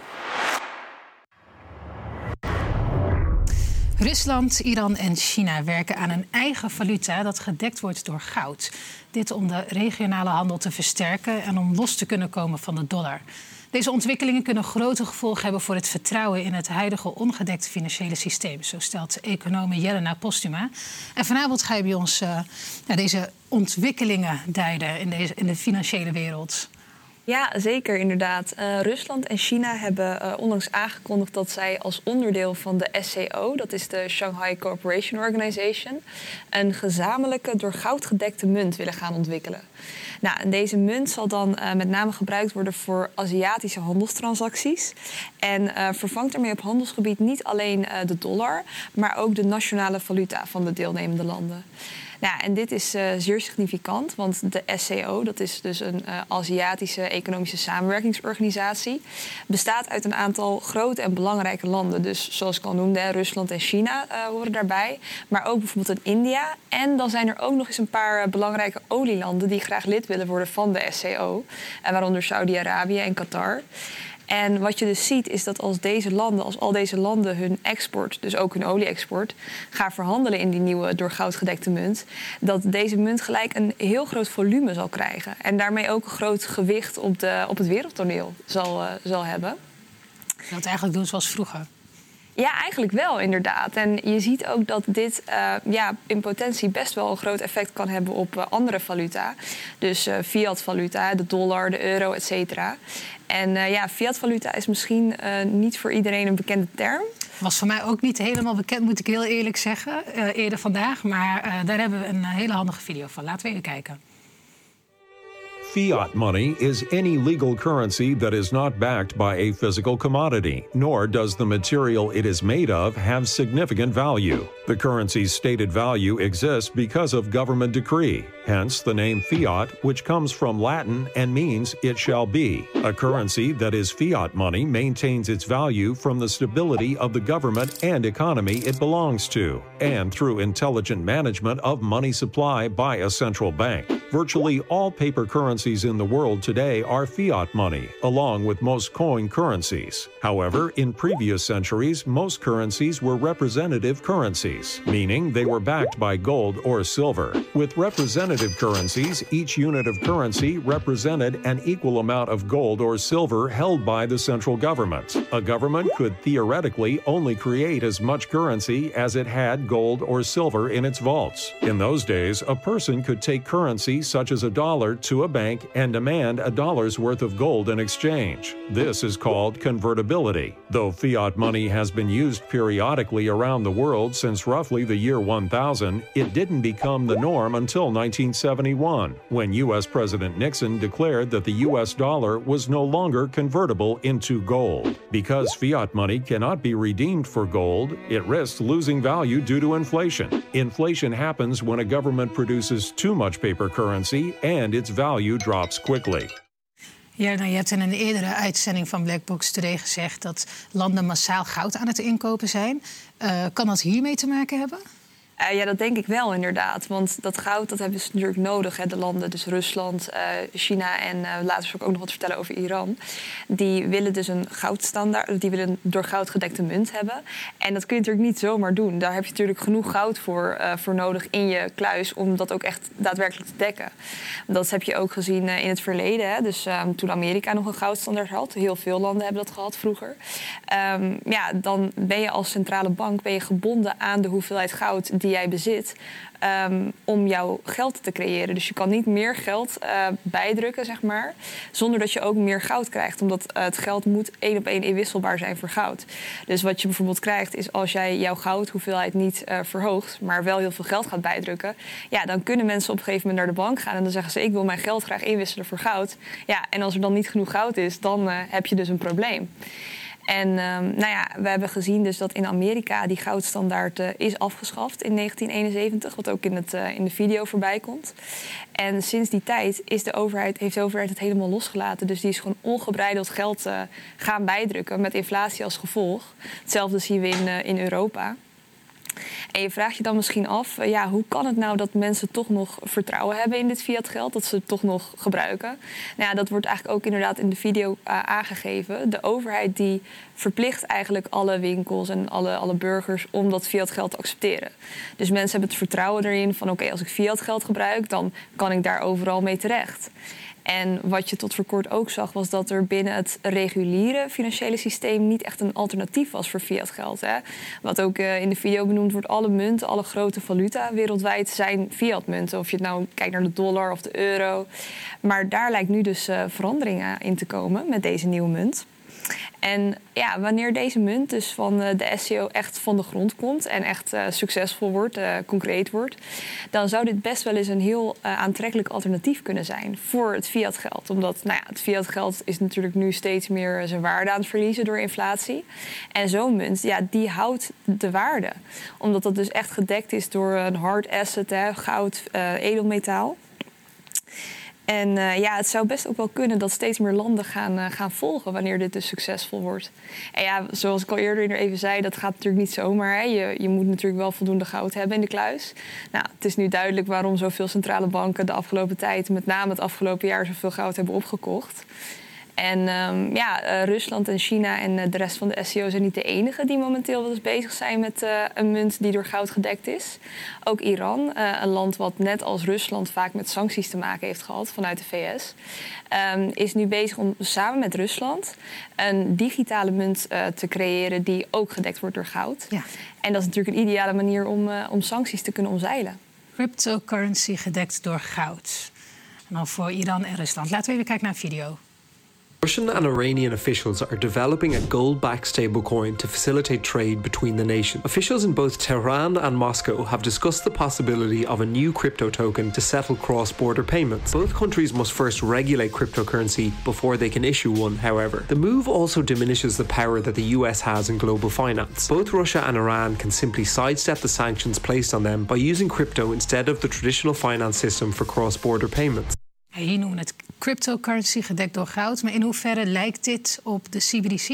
Rusland, Iran en China werken aan een eigen valuta dat gedekt wordt door goud. Dit om de regionale handel te versterken en om los te kunnen komen van de dollar. Deze ontwikkelingen kunnen grote gevolgen hebben voor het vertrouwen in het huidige ongedekte financiële systeem. Zo stelt econoom Jelena Postuma. En vanavond ga je bij ons deze ontwikkelingen duiden in de financiële wereld. Ja, zeker inderdaad. Rusland en China hebben onlangs aangekondigd dat zij als onderdeel van de SCO, dat is de Shanghai Cooperation Organization, een gezamenlijke door goud gedekte munt willen gaan ontwikkelen. Nou, en deze munt zal dan met name gebruikt worden voor Aziatische handelstransacties. En vervangt daarmee op handelsgebied niet alleen de dollar, maar ook de nationale valuta van de deelnemende landen. Nou, en dit is zeer significant, want de SCO, dat is dus een Aziatische economische samenwerkingsorganisatie, bestaat uit een aantal grote en belangrijke landen. Dus zoals ik al noemde, Rusland en China horen daarbij, maar ook bijvoorbeeld in India. En dan zijn er ook nog eens een paar belangrijke olielanden die graag lid willen worden van de SCO, waaronder Saudi-Arabië en Qatar. En wat je dus ziet is dat als al deze landen hun export, dus ook hun olie-export, gaan verhandelen in die nieuwe door goud gedekte munt, dat deze munt gelijk een heel groot volume zal krijgen. En daarmee ook een groot gewicht op het wereldtoneel zal hebben. Dat eigenlijk doen zoals vroeger. Ja, eigenlijk wel, inderdaad. En je ziet ook dat dit in potentie best wel een groot effect kan hebben op andere valuta. Dus fiat-valuta, de dollar, de euro, et cetera. En fiat-valuta is misschien niet voor iedereen een bekende term. Was voor mij ook niet helemaal bekend, moet ik heel eerlijk zeggen, eerder vandaag. Maar daar hebben we een hele handige video van. Laten we even kijken. Fiat money is any legal currency that is not backed by a physical commodity, nor does the material it is made of have significant value. The currency's stated value exists because of government decree, hence the name fiat, which comes from Latin and means it shall be. A currency that is fiat money maintains its value from the stability of the government and economy it belongs to, and through intelligent management of money supply by a central bank. Virtually all paper currencies in the world today are fiat money, along with most coin currencies. However, in previous centuries, most currencies were representative currencies, meaning they were backed by gold or silver. With representative currencies, each unit of currency represented an equal amount of gold or silver held by the central government. A government could theoretically only create as much currency as it had gold or silver in its vaults. In those days, a person could take currency such as $1 to a bank and demand $1's worth of gold in exchange. This is called convertibility. Though fiat money has been used periodically around the world since roughly the year 1000, it didn't become the norm until 1971, when U.S. President Nixon declared that the U.S. dollar was no longer convertible into gold. Because fiat money cannot be redeemed for gold, it risks losing value due to inflation. Inflation happens when a government produces too much paper currency and its value drops quickly. Ja, je hebt in een eerdere uitzending van Black Box Today gezegd dat landen massaal goud aan het inkopen zijn. Kan dat hiermee te maken hebben? Ja, dat denk ik wel inderdaad. Want dat goud dat hebben ze natuurlijk nodig. Hè. De landen, dus Rusland, China en later zal ik ook nog wat vertellen over Iran. Die willen dus een goudstandaard, die willen een door goud gedekte munt hebben. En dat kun je natuurlijk niet zomaar doen. Daar heb je natuurlijk genoeg goud voor nodig in je kluis om dat ook echt daadwerkelijk te dekken. Dat heb je ook gezien in het verleden. Hè. Dus toen Amerika nog een goudstandaard had, heel veel landen hebben dat gehad vroeger. Dan ben je als centrale bank gebonden aan de hoeveelheid goud die jij bezit om jouw geld te creëren. Dus je kan niet meer geld bijdrukken, zeg maar, zonder dat je ook meer goud krijgt. Omdat het geld moet 1 op 1 inwisselbaar zijn voor goud. Dus wat je bijvoorbeeld krijgt is als jij jouw goudhoeveelheid niet verhoogt, maar wel heel veel geld gaat bijdrukken, ja, dan kunnen mensen op een gegeven moment naar de bank gaan en dan zeggen ze, ik wil mijn geld graag inwisselen voor goud. Ja, en als er dan niet genoeg goud is, dan heb je dus een probleem. En we hebben gezien dus dat in Amerika die goudstandaard is afgeschaft in 1971, wat ook in de video voorbij komt. En sinds die tijd heeft de overheid het helemaal losgelaten. Dus die is gewoon ongebreideld geld gaan bijdrukken met inflatie als gevolg. Hetzelfde zien we in Europa. En je vraagt je dan misschien af, hoe kan het nou dat mensen toch nog vertrouwen hebben in dit fiatgeld, dat ze het toch nog gebruiken? Nou ja, dat wordt eigenlijk ook inderdaad in de video aangegeven. De overheid die verplicht eigenlijk alle winkels en alle burgers om dat fiatgeld te accepteren. Dus mensen hebben het vertrouwen erin van oké, als ik fiatgeld gebruik, dan kan ik daar overal mee terecht. En wat je tot voor kort ook zag, was dat er binnen het reguliere financiële systeem niet echt een alternatief was voor fiatgeld. Hè? Wat ook in de video benoemd wordt, alle munten, alle grote valuta wereldwijd zijn fiatmunten. Of je het nou kijkt naar de dollar of de euro. Maar daar lijkt nu dus verandering in te komen met deze nieuwe munt. En ja, wanneer deze munt dus van de SCO echt van de grond komt en echt succesvol wordt, concreet wordt, dan zou dit best wel eens een heel aantrekkelijk alternatief kunnen zijn voor het fiatgeld. Omdat het fiatgeld is natuurlijk nu steeds meer zijn waarde aan het verliezen door inflatie. En zo'n munt, die houdt de waarde. Omdat dat dus echt gedekt is door een hard asset, goud, edelmetaal. En het zou best ook wel kunnen dat steeds meer landen gaan volgen wanneer dit dus succesvol wordt. En ja, zoals ik al eerder even zei, dat gaat natuurlijk niet zomaar. Hè. Je moet natuurlijk wel voldoende goud hebben in de kluis. Nou, het is nu duidelijk waarom zoveel centrale banken de afgelopen tijd, met name het afgelopen jaar, zoveel goud hebben opgekocht. En Rusland en China en de rest van de SCO zijn niet de enige die momenteel wel eens bezig zijn met een munt die door goud gedekt is. Ook Iran, een land wat net als Rusland vaak met sancties te maken heeft gehad vanuit de VS, is nu bezig om samen met Rusland een digitale munt te creëren die ook gedekt wordt door goud. Ja. En dat is natuurlijk een ideale manier om sancties te kunnen omzeilen. Cryptocurrency gedekt door goud. En dan voor Iran en Rusland. Laten we even kijken naar een video. Russian and Iranian officials are developing a gold-backed stablecoin to facilitate trade between the nations. Officials in both Tehran and Moscow have discussed the possibility of a new crypto token to settle cross-border payments. Both countries must first regulate cryptocurrency before they can issue one, however. The move also diminishes the power that the US has in global finance. Both Russia and Iran can simply sidestep the sanctions placed on them by using crypto instead of the traditional finance system for cross-border payments. Hier noemen we het cryptocurrency gedekt door goud. Maar in hoeverre lijkt dit op de CBDC?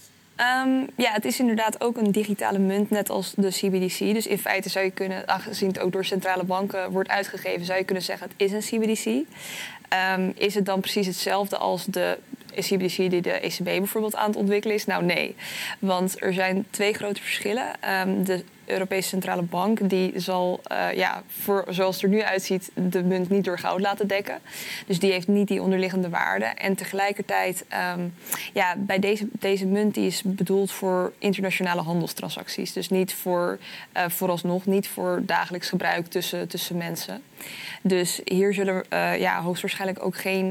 Het is inderdaad ook een digitale munt, net als de CBDC. Dus in feite zou je kunnen, aangezien het ook door centrale banken wordt uitgegeven, zou je kunnen zeggen het is een CBDC. Is het dan precies hetzelfde als de CBDC die de ECB bijvoorbeeld aan het ontwikkelen is? Nou, nee. Want er zijn 2 grote verschillen. De Europese Centrale Bank die zal, zoals het er nu uitziet, de munt niet door goud laten dekken. Dus die heeft niet die onderliggende waarde. En tegelijkertijd, bij deze munt die is bedoeld voor internationale handelstransacties. Dus niet vooralsnog niet voor dagelijks gebruik tussen mensen. Dus hier zullen hoogstwaarschijnlijk ook geen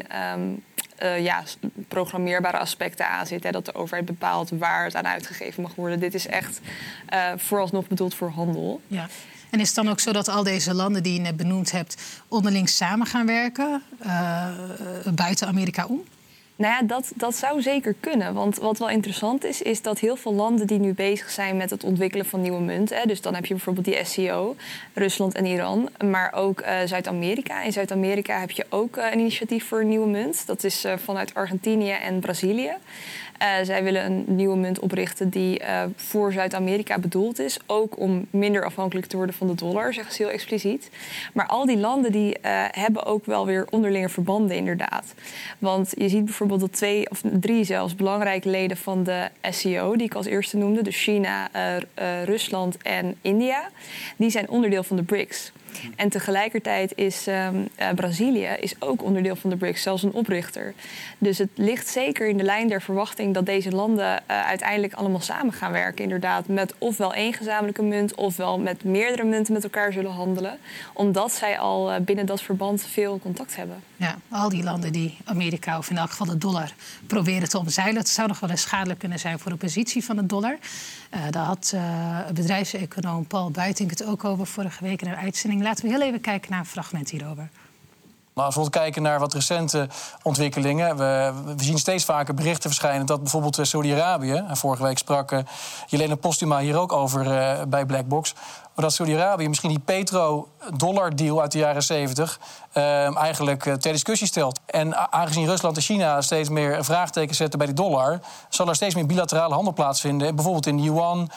programmeerbare aspecten aan zitten. Dat de overheid bepaalt waar het aan uitgegeven mag worden. Dit is echt vooralsnog bedoeld voor handel. Ja. En is het dan ook zo dat al deze landen die je net benoemd hebt onderling samen gaan werken buiten Amerika om? Nou ja, dat zou zeker kunnen. Want wat wel interessant is dat heel veel landen die nu bezig zijn met het ontwikkelen van nieuwe munten, dus dan heb je bijvoorbeeld die SCO, Rusland en Iran, maar ook Zuid-Amerika. In Zuid-Amerika heb je ook een initiatief voor een nieuwe munt. Dat is vanuit Argentinië en Brazilië. Zij willen een nieuwe munt oprichten die voor Zuid-Amerika bedoeld is. Ook om minder afhankelijk te worden van de dollar, zeggen ze heel expliciet. Maar al die landen die hebben ook wel weer onderlinge verbanden inderdaad. Want je ziet bijvoorbeeld dat 2 of 3 zelfs belangrijke leden van de SCO, die ik als eerste noemde, dus China, Rusland en India, die zijn onderdeel van de BRICS. En tegelijkertijd is Brazilië is ook onderdeel van de BRICS, zelfs een oprichter. Dus het ligt zeker in de lijn der verwachting dat deze landen uiteindelijk allemaal samen gaan werken. Inderdaad, met ofwel één gezamenlijke munt, ofwel met meerdere munten met elkaar zullen handelen. Omdat zij al binnen dat verband veel contact hebben. Ja, al die landen die Amerika, of in elk geval de dollar, proberen te omzeilen. Het zou nog wel eens schadelijk kunnen zijn voor de positie van de dollar. Daar had bedrijfseconoom Paul Buitink het ook over vorige week in een uitzending. Laten we heel even kijken naar een fragment hierover. Als we kijken naar wat recente ontwikkelingen, we zien steeds vaker berichten verschijnen dat bijvoorbeeld Saudi-Arabië, en vorige week sprak Jelena Postuma hier ook over bij Blackbox, dat Saudi-Arabië misschien die petro-dollar-deal uit de jaren 70 eigenlijk ter discussie stelt. En aangezien Rusland en China steeds meer vraagtekens zetten bij die dollar, zal er steeds meer bilaterale handel plaatsvinden, bijvoorbeeld in de yuan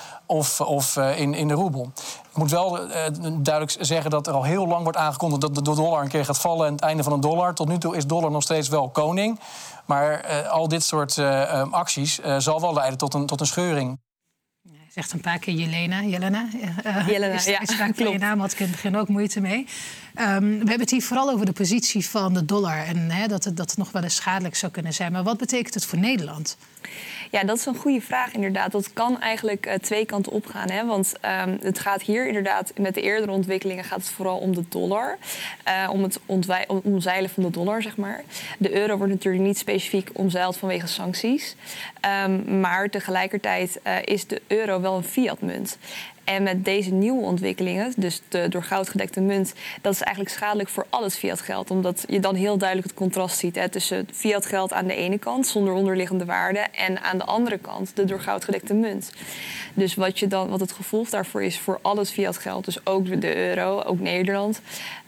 of in de roebel. Ik moet wel duidelijk zeggen dat er al heel lang wordt aangekondigd dat de dollar een keer gaat vallen en het einde van een dollar. Tot nu toe is dollar nog steeds wel koning. Maar al dit soort acties zal wel leiden tot een scheuring. Je zegt een paar keer Jelena. Jelena, ja, klopt. Je naam had ik in het begin ook moeite mee. We hebben het hier vooral over de positie van de dollar en dat het nog wel eens schadelijk zou kunnen zijn. Maar wat betekent het voor Nederland? Ja, dat is een goede vraag inderdaad. Dat kan eigenlijk 2 kanten opgaan. Hè? Want het gaat hier inderdaad, met de eerdere ontwikkelingen gaat het vooral om de dollar. Om het omzeilen van de dollar, zeg maar. De euro wordt natuurlijk niet specifiek omzeild vanwege sancties. Maar tegelijkertijd is de euro wel een fiatmunt. En met deze nieuwe ontwikkelingen, dus de door goud gedekte munt, dat is eigenlijk schadelijk voor al het fiatgeld. Omdat je dan heel duidelijk het contrast ziet tussen fiatgeld aan de ene kant, zonder onderliggende waarde, en aan de andere kant de door goud gedekte munt. Dus wat het gevolg daarvoor is voor al het fiatgeld, dus ook de euro, ook Nederland,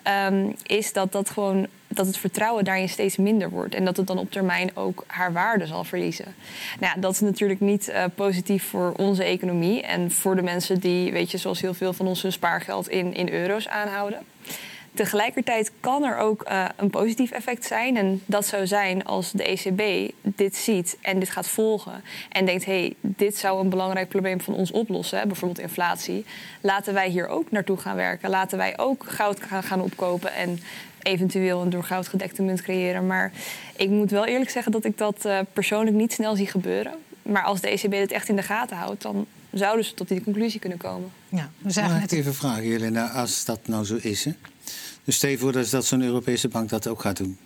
is dat het vertrouwen daarin steeds minder wordt. En dat het dan op termijn ook haar waarde zal verliezen. Nou ja, dat is natuurlijk niet positief voor onze economie en voor de mensen die, zoals heel veel van ons hun spaargeld in euro's aanhouden. Tegelijkertijd kan er ook een positief effect zijn. En dat zou zijn als de ECB dit ziet en dit gaat volgen. En denkt, dit zou een belangrijk probleem van ons oplossen. Bijvoorbeeld inflatie. Laten wij hier ook naartoe gaan werken. Laten wij ook goud gaan opkopen en eventueel een door goud gedekte munt creëren. Maar ik moet wel eerlijk zeggen dat ik dat persoonlijk niet snel zie gebeuren. Maar als de ECB dit echt in de gaten houdt, dan zouden ze tot die conclusie kunnen komen. Ja, we zagen net even vragen, Jelena, als dat nou zo is. Hè? Dus stel je voor dat zo'n Europese bank dat ook gaat doen.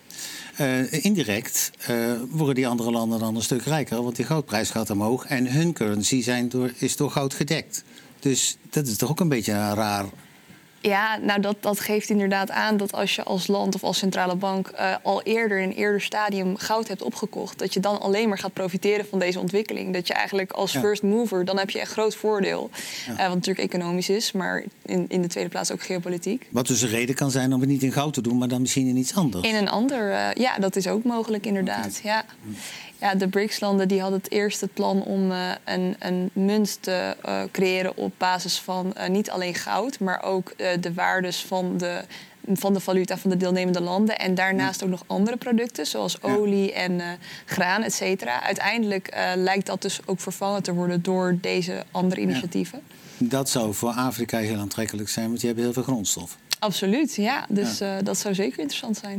Indirect worden die andere landen dan een stuk rijker, want die goudprijs gaat omhoog en hun currency is door goud gedekt. Dus dat is toch ook een beetje een raar. Ja, nou dat geeft inderdaad aan dat als je als land of als centrale bank al eerder in een eerder stadium goud hebt opgekocht, dat je dan alleen maar gaat profiteren van deze ontwikkeling. Dat je eigenlijk als first mover, dan heb je een groot voordeel. Wat natuurlijk economisch is, maar in de tweede plaats ook geopolitiek. Wat dus een reden kan zijn om het niet in goud te doen, maar dan misschien in iets anders. In een ander, dat is ook mogelijk inderdaad. Ja. Ja, de BRICS-landen die hadden het eerst het plan om een munt te creëren op basis van niet alleen goud, maar ook de waardes van de valuta van de deelnemende landen. En daarnaast ook nog andere producten, zoals olie en graan, et cetera. Uiteindelijk lijkt dat dus ook vervangen te worden door deze andere initiatieven. Ja. Dat zou voor Afrika heel aantrekkelijk zijn, want die hebben heel veel grondstof. Absoluut, ja. Dus dat zou zeker interessant zijn.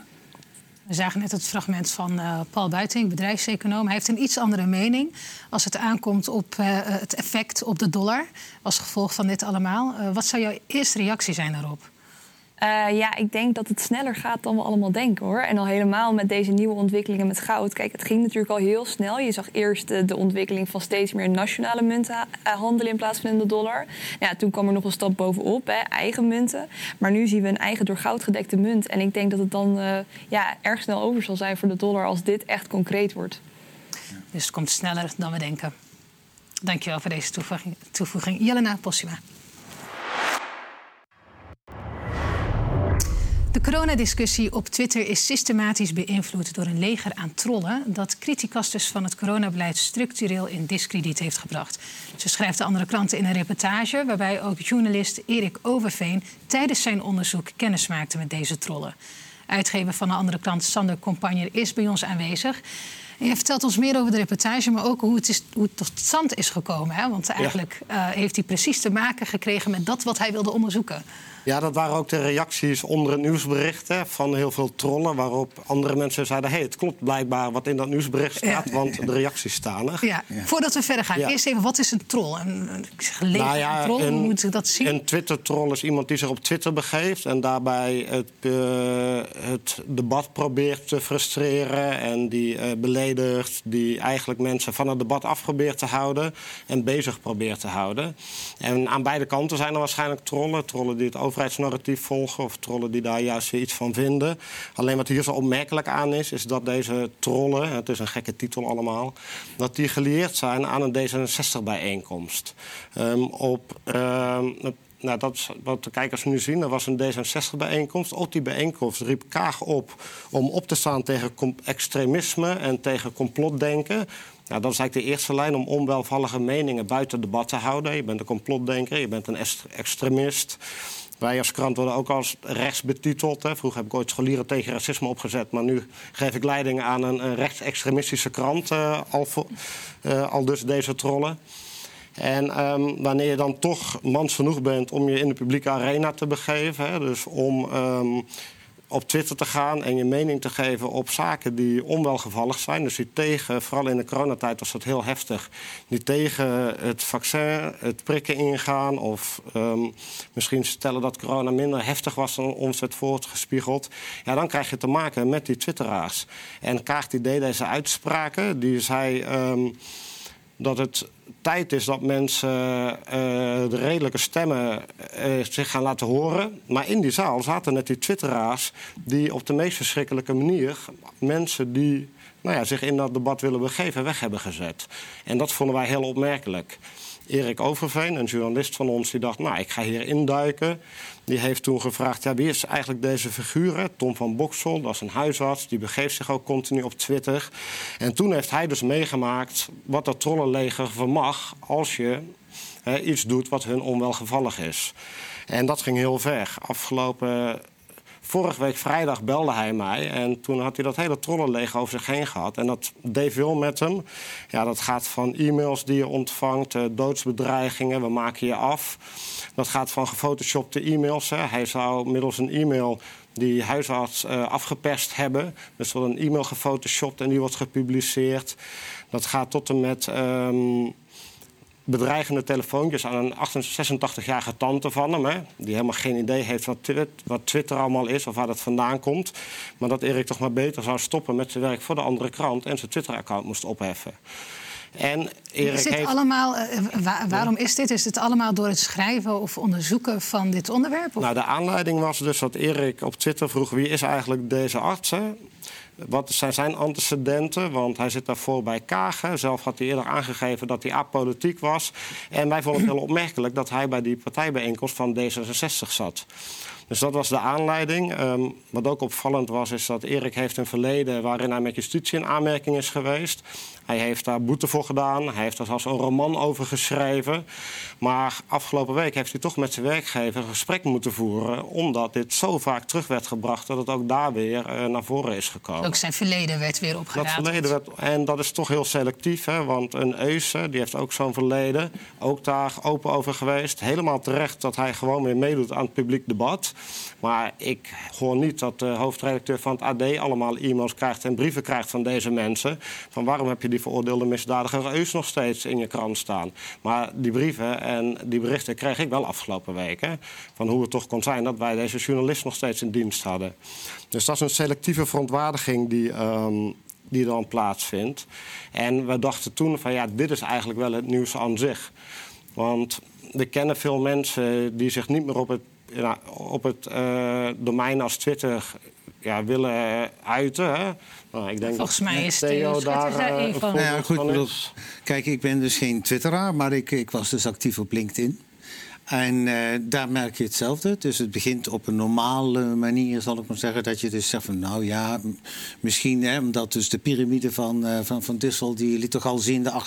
We zagen net het fragment van Paul Buitink, bedrijfseconoom. Hij heeft een iets andere mening als het aankomt op het effect op de dollar als gevolg van dit allemaal. Wat zou jouw eerste reactie zijn daarop? Ik denk dat het sneller gaat dan we allemaal denken, hoor. En al helemaal met deze nieuwe ontwikkelingen met goud. Kijk, het ging natuurlijk al heel snel. Je zag eerst de ontwikkeling van steeds meer nationale munten handelen in plaats van in de dollar. Toen kwam er nog een stap bovenop, eigen munten. Maar nu zien we een eigen door goud gedekte munt. En ik denk dat het dan erg snel over zal zijn voor de dollar als dit echt concreet wordt. Dus het komt sneller dan we denken. Dankjewel voor deze toevoeging. Jelena Possima. De coronadiscussie op Twitter is systematisch beïnvloed door een leger aan trollen dat criticasters van het coronabeleid structureel in diskrediet heeft gebracht. Zo schrijft de Andere Kranten in een reportage waarbij ook journalist Erik Overveen tijdens zijn onderzoek kennis maakte met deze trollen. Uitgever van de Andere Krant, Sander Compagner, is bij ons aanwezig. En je vertelt ons meer over de reportage, maar ook hoe het tot stand is gekomen. Hè? Want eigenlijk heeft hij precies te maken gekregen met dat wat hij wilde onderzoeken. Ja, dat waren ook de reacties onder het nieuwsbericht van heel veel trollen. Waarop andere mensen zeiden, het klopt blijkbaar wat in dat nieuwsbericht staat. Want de reacties staan er. Ja. Voordat we verder gaan, eerst even, wat is een troll? Een troll, hoe moet ik dat zien? Een Twitter-troll is iemand die zich op Twitter begeeft en daarbij het debat probeert te frustreren en die beledigt, die eigenlijk mensen van het debat af probeert te houden en bezig probeert te houden. En aan beide kanten zijn er waarschijnlijk trollen. Trollen die het overheidsnarratief volgen of trollen die daar juist weer iets van vinden. Alleen wat hier zo opmerkelijk aan is dat deze trollen, het is een gekke titel allemaal, dat die gelieerd zijn aan een D66-bijeenkomst. Dat is wat de kijkers nu zien. Er was een D66-bijeenkomst. Op die bijeenkomst riep Kaag om op te staan tegen extremisme en tegen complotdenken. Dat is eigenlijk de eerste lijn om onwelvallige meningen buiten debat te houden. Je bent een complotdenker, je bent een extremist. Wij als krant worden ook als rechts betiteld. Vroeger heb ik ooit Scholieren tegen racisme opgezet, maar nu geef ik leiding aan een rechtsextremistische krant. Al dus deze trollen. En wanneer je dan toch mans genoeg bent om je in de publieke arena te begeven, dus om op Twitter te gaan en je mening te geven op zaken die onwelgevallig zijn, dus die tegen, vooral in de coronatijd was dat heel heftig, die tegen het vaccin, het prikken ingaan of misschien stellen dat corona minder heftig was dan ons werd voorgespiegeld, dan krijg je te maken met die twitteraars. En Kaag die deed deze uitspraken, die zei dat het tijd is dat mensen de redelijke stemmen zich gaan laten horen. Maar in die zaal zaten net die twitteraars die op de meest verschrikkelijke manier mensen die zich in dat debat willen begeven weg hebben gezet. En dat vonden wij heel opmerkelijk. Erik Overveen, een journalist van ons, die dacht, ik ga hier induiken. Die heeft toen gevraagd, wie is eigenlijk deze figuur? Tom van Boksel, dat is een huisarts, die begeeft zich ook continu op Twitter. En toen heeft hij dus meegemaakt wat dat trollenleger vermag als je iets doet wat hun onwelgevallig is. En dat ging heel ver. Vorige week vrijdag belde hij mij en toen had hij dat hele trollenleger over zich heen gehad. En dat deed veel met hem. Dat gaat van e-mails die je ontvangt, doodsbedreigingen, we maken je af. Dat gaat van gefotoshopte e-mails. Hij zou middels een e-mail die huisarts afgeperst hebben. Dus er wordt een e-mail gefotoshopt en die wordt gepubliceerd. Dat gaat tot en met bedreigende telefoontjes aan een 86-jarige tante van hem. Die helemaal geen idee heeft wat Twitter allemaal is of waar dat vandaan komt. Maar dat Erik toch maar beter zou stoppen met zijn werk voor de Andere Krant en zijn Twitter-account moest opheffen. En Erik waarom is dit? Is dit allemaal door het schrijven of onderzoeken van dit onderwerp? Of? De aanleiding was dus dat Erik op Twitter vroeg, wie is eigenlijk deze arts? Wat zijn zijn antecedenten? Want hij zit daarvoor bij Kaag. Zelf had hij eerder aangegeven dat hij apolitiek was. En wij vonden het heel opmerkelijk dat hij bij die partijbijeenkomst van D66 zat. Dus dat was de aanleiding. Wat ook opvallend was, is dat Erik heeft een verleden waarin hij met justitie in aanmerking is geweest. Hij heeft daar boete voor gedaan. Hij heeft daar zelfs een roman over geschreven. Maar afgelopen week heeft hij toch met zijn werkgever een gesprek moeten voeren, omdat dit zo vaak terug werd gebracht dat het ook daar weer naar voren is gekomen. Ook zijn verleden werd weer opgerateld. En dat is toch heel selectief, want een Euse, die heeft ook zo'n verleden. Ook daar open over geweest. Helemaal terecht dat hij gewoon weer meedoet aan het publiek debat. Maar ik hoor niet dat de hoofdredacteur van het AD allemaal e-mails krijgt en brieven krijgt van deze mensen. Van waarom heb je die veroordeelde misdadiger Eus nog steeds in je krant staan? Maar die brieven en die berichten kreeg ik wel afgelopen week. Hè, van hoe het toch kon zijn dat wij deze journalist nog steeds in dienst hadden. Dus dat is een selectieve verontwaardiging die dan plaatsvindt. En we dachten toen van dit is eigenlijk wel het nieuws aan zich. Want we kennen veel mensen die zich niet meer op het domein als Twitter willen uiten. Hè? Nou, ik denk volgens mij is Theo daar een van. Goed, kijk, ik ben dus geen Twitteraar, maar ik was dus actief op LinkedIn. En daar merk je hetzelfde. Dus het begint op een normale manier, zal ik maar zeggen. Dat je dus zegt van misschien, omdat dus de piramide van Dissel, die liet toch al zien, de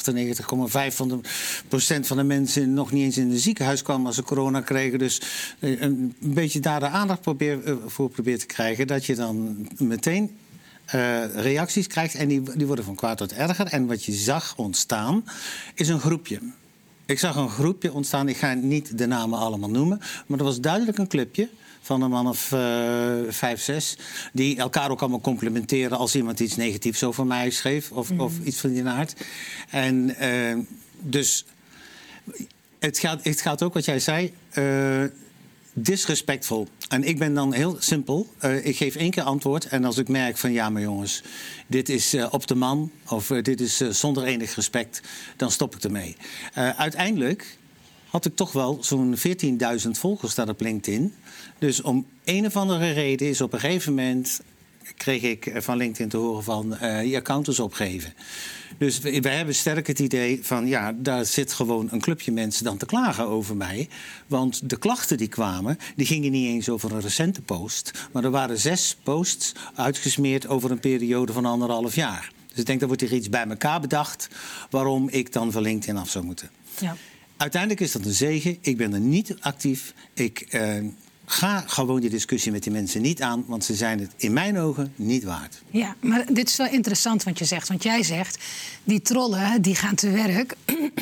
98,5% van de mensen nog niet eens in het ziekenhuis kwamen als ze corona kregen. Dus een beetje daar de aandacht voor probeert te krijgen. Dat je dan meteen reacties krijgt en die worden van kwaad tot erger. En wat je zag ontstaan is een groepje. Ik zag een groepje ontstaan, ik ga niet de namen allemaal noemen, maar er was duidelijk een clubje van een man of 5, 6... die elkaar ook allemaal complimenteren als iemand iets negatiefs over mij schreef of iets van die aard. En dus het gaat ook wat jij zei, disrespectvol. En ik ben dan heel simpel. Ik geef 1 keer antwoord. En als ik merk van maar jongens, dit is op de man of dit is zonder enig respect, dan stop ik ermee. Uiteindelijk had ik toch wel zo'n 14.000 volgers daar op LinkedIn. Dus om een of andere reden is op een gegeven moment kreeg ik van LinkedIn te horen van je account is opgegeven. Dus we hebben sterk het idee van daar zit gewoon een clubje mensen dan te klagen over mij. Want de klachten die kwamen, die gingen niet eens over een recente post. Maar er waren 6 posts uitgesmeerd over een periode van 1,5 jaar. Dus ik denk, dat wordt hier iets bij elkaar bedacht waarom ik dan van LinkedIn af zou moeten. Ja. Uiteindelijk is dat een zegen. Ik ben er niet actief. Ik ga gewoon die discussie met die mensen niet aan, want ze zijn het in mijn ogen niet waard. Ja, maar dit is wel interessant wat je zegt. Want jij zegt, die trollen die gaan te werk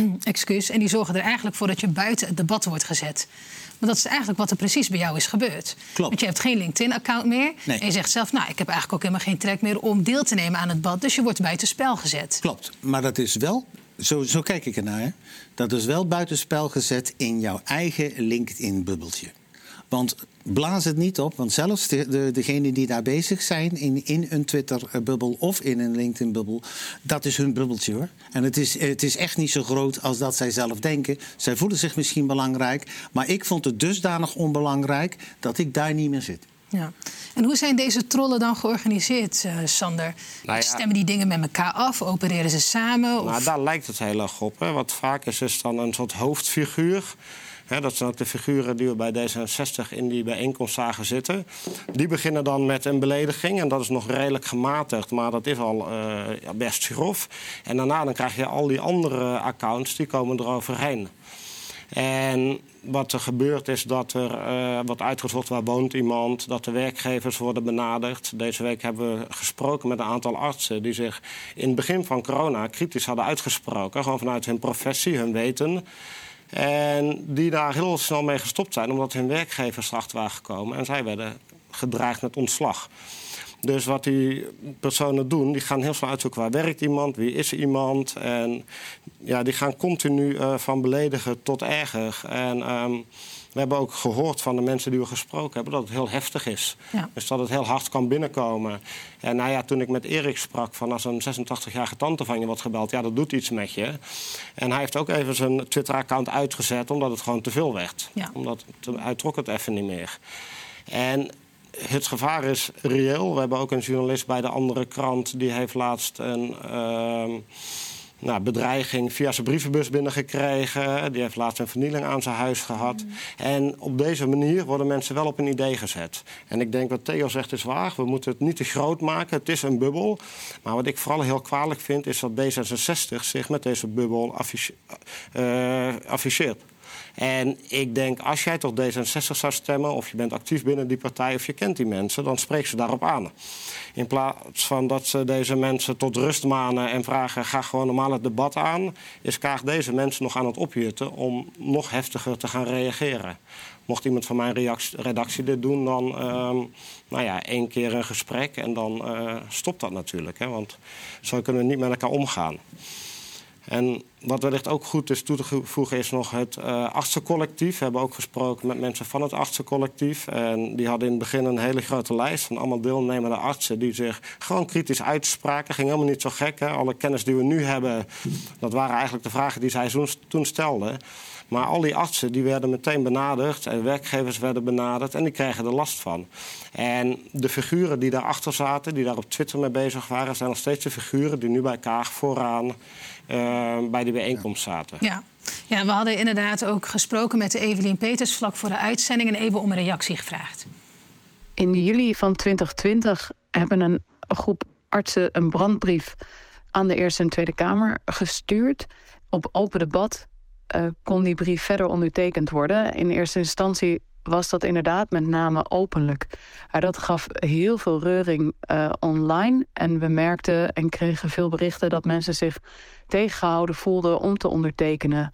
en die zorgen er eigenlijk voor dat je buiten het debat wordt gezet. Maar dat is eigenlijk wat er precies bij jou is gebeurd. Klopt. Want je hebt geen LinkedIn-account meer. Nee. En je zegt zelf, ik heb eigenlijk ook helemaal geen trek meer om deel te nemen aan het debat. Dus je wordt buitenspel gezet. Klopt, maar dat is wel, zo kijk ik ernaar, hè? Dat is wel buitenspel gezet in jouw eigen LinkedIn-bubbeltje. Want blaas het niet op, want zelfs degenen die daar bezig zijn in een Twitter-bubbel of in een LinkedIn-bubbel, dat is hun bubbeltje, hoor. En het is echt niet zo groot als dat zij zelf denken. Zij voelen zich misschien belangrijk, maar ik vond het dusdanig onbelangrijk dat ik daar niet meer zit. Ja. En hoe zijn deze trollen dan georganiseerd, Sander? Stemmen die dingen met elkaar af? Opereren ze samen? Of? Daar lijkt het heel erg op. Hè. Wat vaak is dan een soort hoofdfiguur. Dat zijn ook de figuren die we bij D66 in die bijeenkomst zagen zitten. Die beginnen dan met een belediging. En dat is nog redelijk gematigd, maar dat is al best grof. En daarna dan krijg je al die andere accounts, die komen eroverheen. En wat er gebeurt is dat er wordt uitgezocht waar woont iemand, dat de werkgevers worden benaderd. Deze week hebben we gesproken met een aantal artsen die zich in het begin van corona kritisch hadden uitgesproken. Gewoon vanuit hun professie, hun weten. En die daar heel snel mee gestopt zijn, omdat hun werkgevers erachter waren gekomen. En zij werden gedreigd met ontslag. Dus wat die personen doen, die gaan heel snel uitzoeken waar werkt iemand, wie is iemand. En die gaan continu van beledigen tot erger. En we hebben ook gehoord van de mensen die we gesproken hebben dat het heel heftig is. Ja. Dus dat het heel hard kan binnenkomen. En toen ik met Erik sprak van als een 86-jarige tante van je wordt gebeld, dat doet iets met je. En hij heeft ook even zijn Twitter-account uitgezet omdat het gewoon te veel werd. Ja. Omdat hij trok het even niet meer. En het gevaar is reëel. We hebben ook een journalist bij de andere krant die heeft laatst een bedreiging via zijn brievenbus binnengekregen. Die heeft laatst een vernieling aan zijn huis gehad. En op deze manier worden mensen wel op een idee gezet. En ik denk wat Theo zegt is waar. We moeten het niet te groot maken. Het is een bubbel. Maar wat ik vooral heel kwalijk vind is dat D66 zich met deze bubbel afficheert. En ik denk, als jij toch D66 zou stemmen, of je bent actief binnen die partij, of je kent die mensen, dan spreek ze daarop aan. In plaats van dat ze deze mensen tot rust manen en vragen, ga gewoon normaal het debat aan, is Kaag deze mensen nog aan het opjutten om nog heftiger te gaan reageren. Mocht iemand van mijn redactie dit doen, dan 1 keer een gesprek en dan stopt dat natuurlijk. Hè, want zo kunnen we niet met elkaar omgaan. En wat wellicht ook goed is toe te voegen is nog het artsencollectief. We hebben ook gesproken met mensen van het artsencollectief. En die hadden in het begin een hele grote lijst van allemaal deelnemende artsen die zich gewoon kritisch uitspraken. Ging helemaal niet zo gek. Hè? Alle kennis die we nu hebben, dat waren eigenlijk de vragen die zij toen stelden. Maar al die artsen die werden meteen benaderd en werkgevers werden benaderd en die kregen er last van. En de figuren die daarachter zaten, die daar op Twitter mee bezig waren, zijn nog steeds de figuren die nu bij Kaag vooraan bij die bijeenkomst zaten. Ja, we hadden inderdaad ook gesproken met Evelien Peters vlak voor de uitzending en even om een reactie gevraagd. In juli van 2020 hebben een groep artsen een brandbrief aan de Eerste en Tweede Kamer gestuurd. Op open debat kon die brief verder ondertekend worden. In eerste instantie was dat inderdaad met name openlijk. Dat gaf heel veel reuring online. En we merkten en kregen veel berichten dat mensen zich tegengehouden voelden om te ondertekenen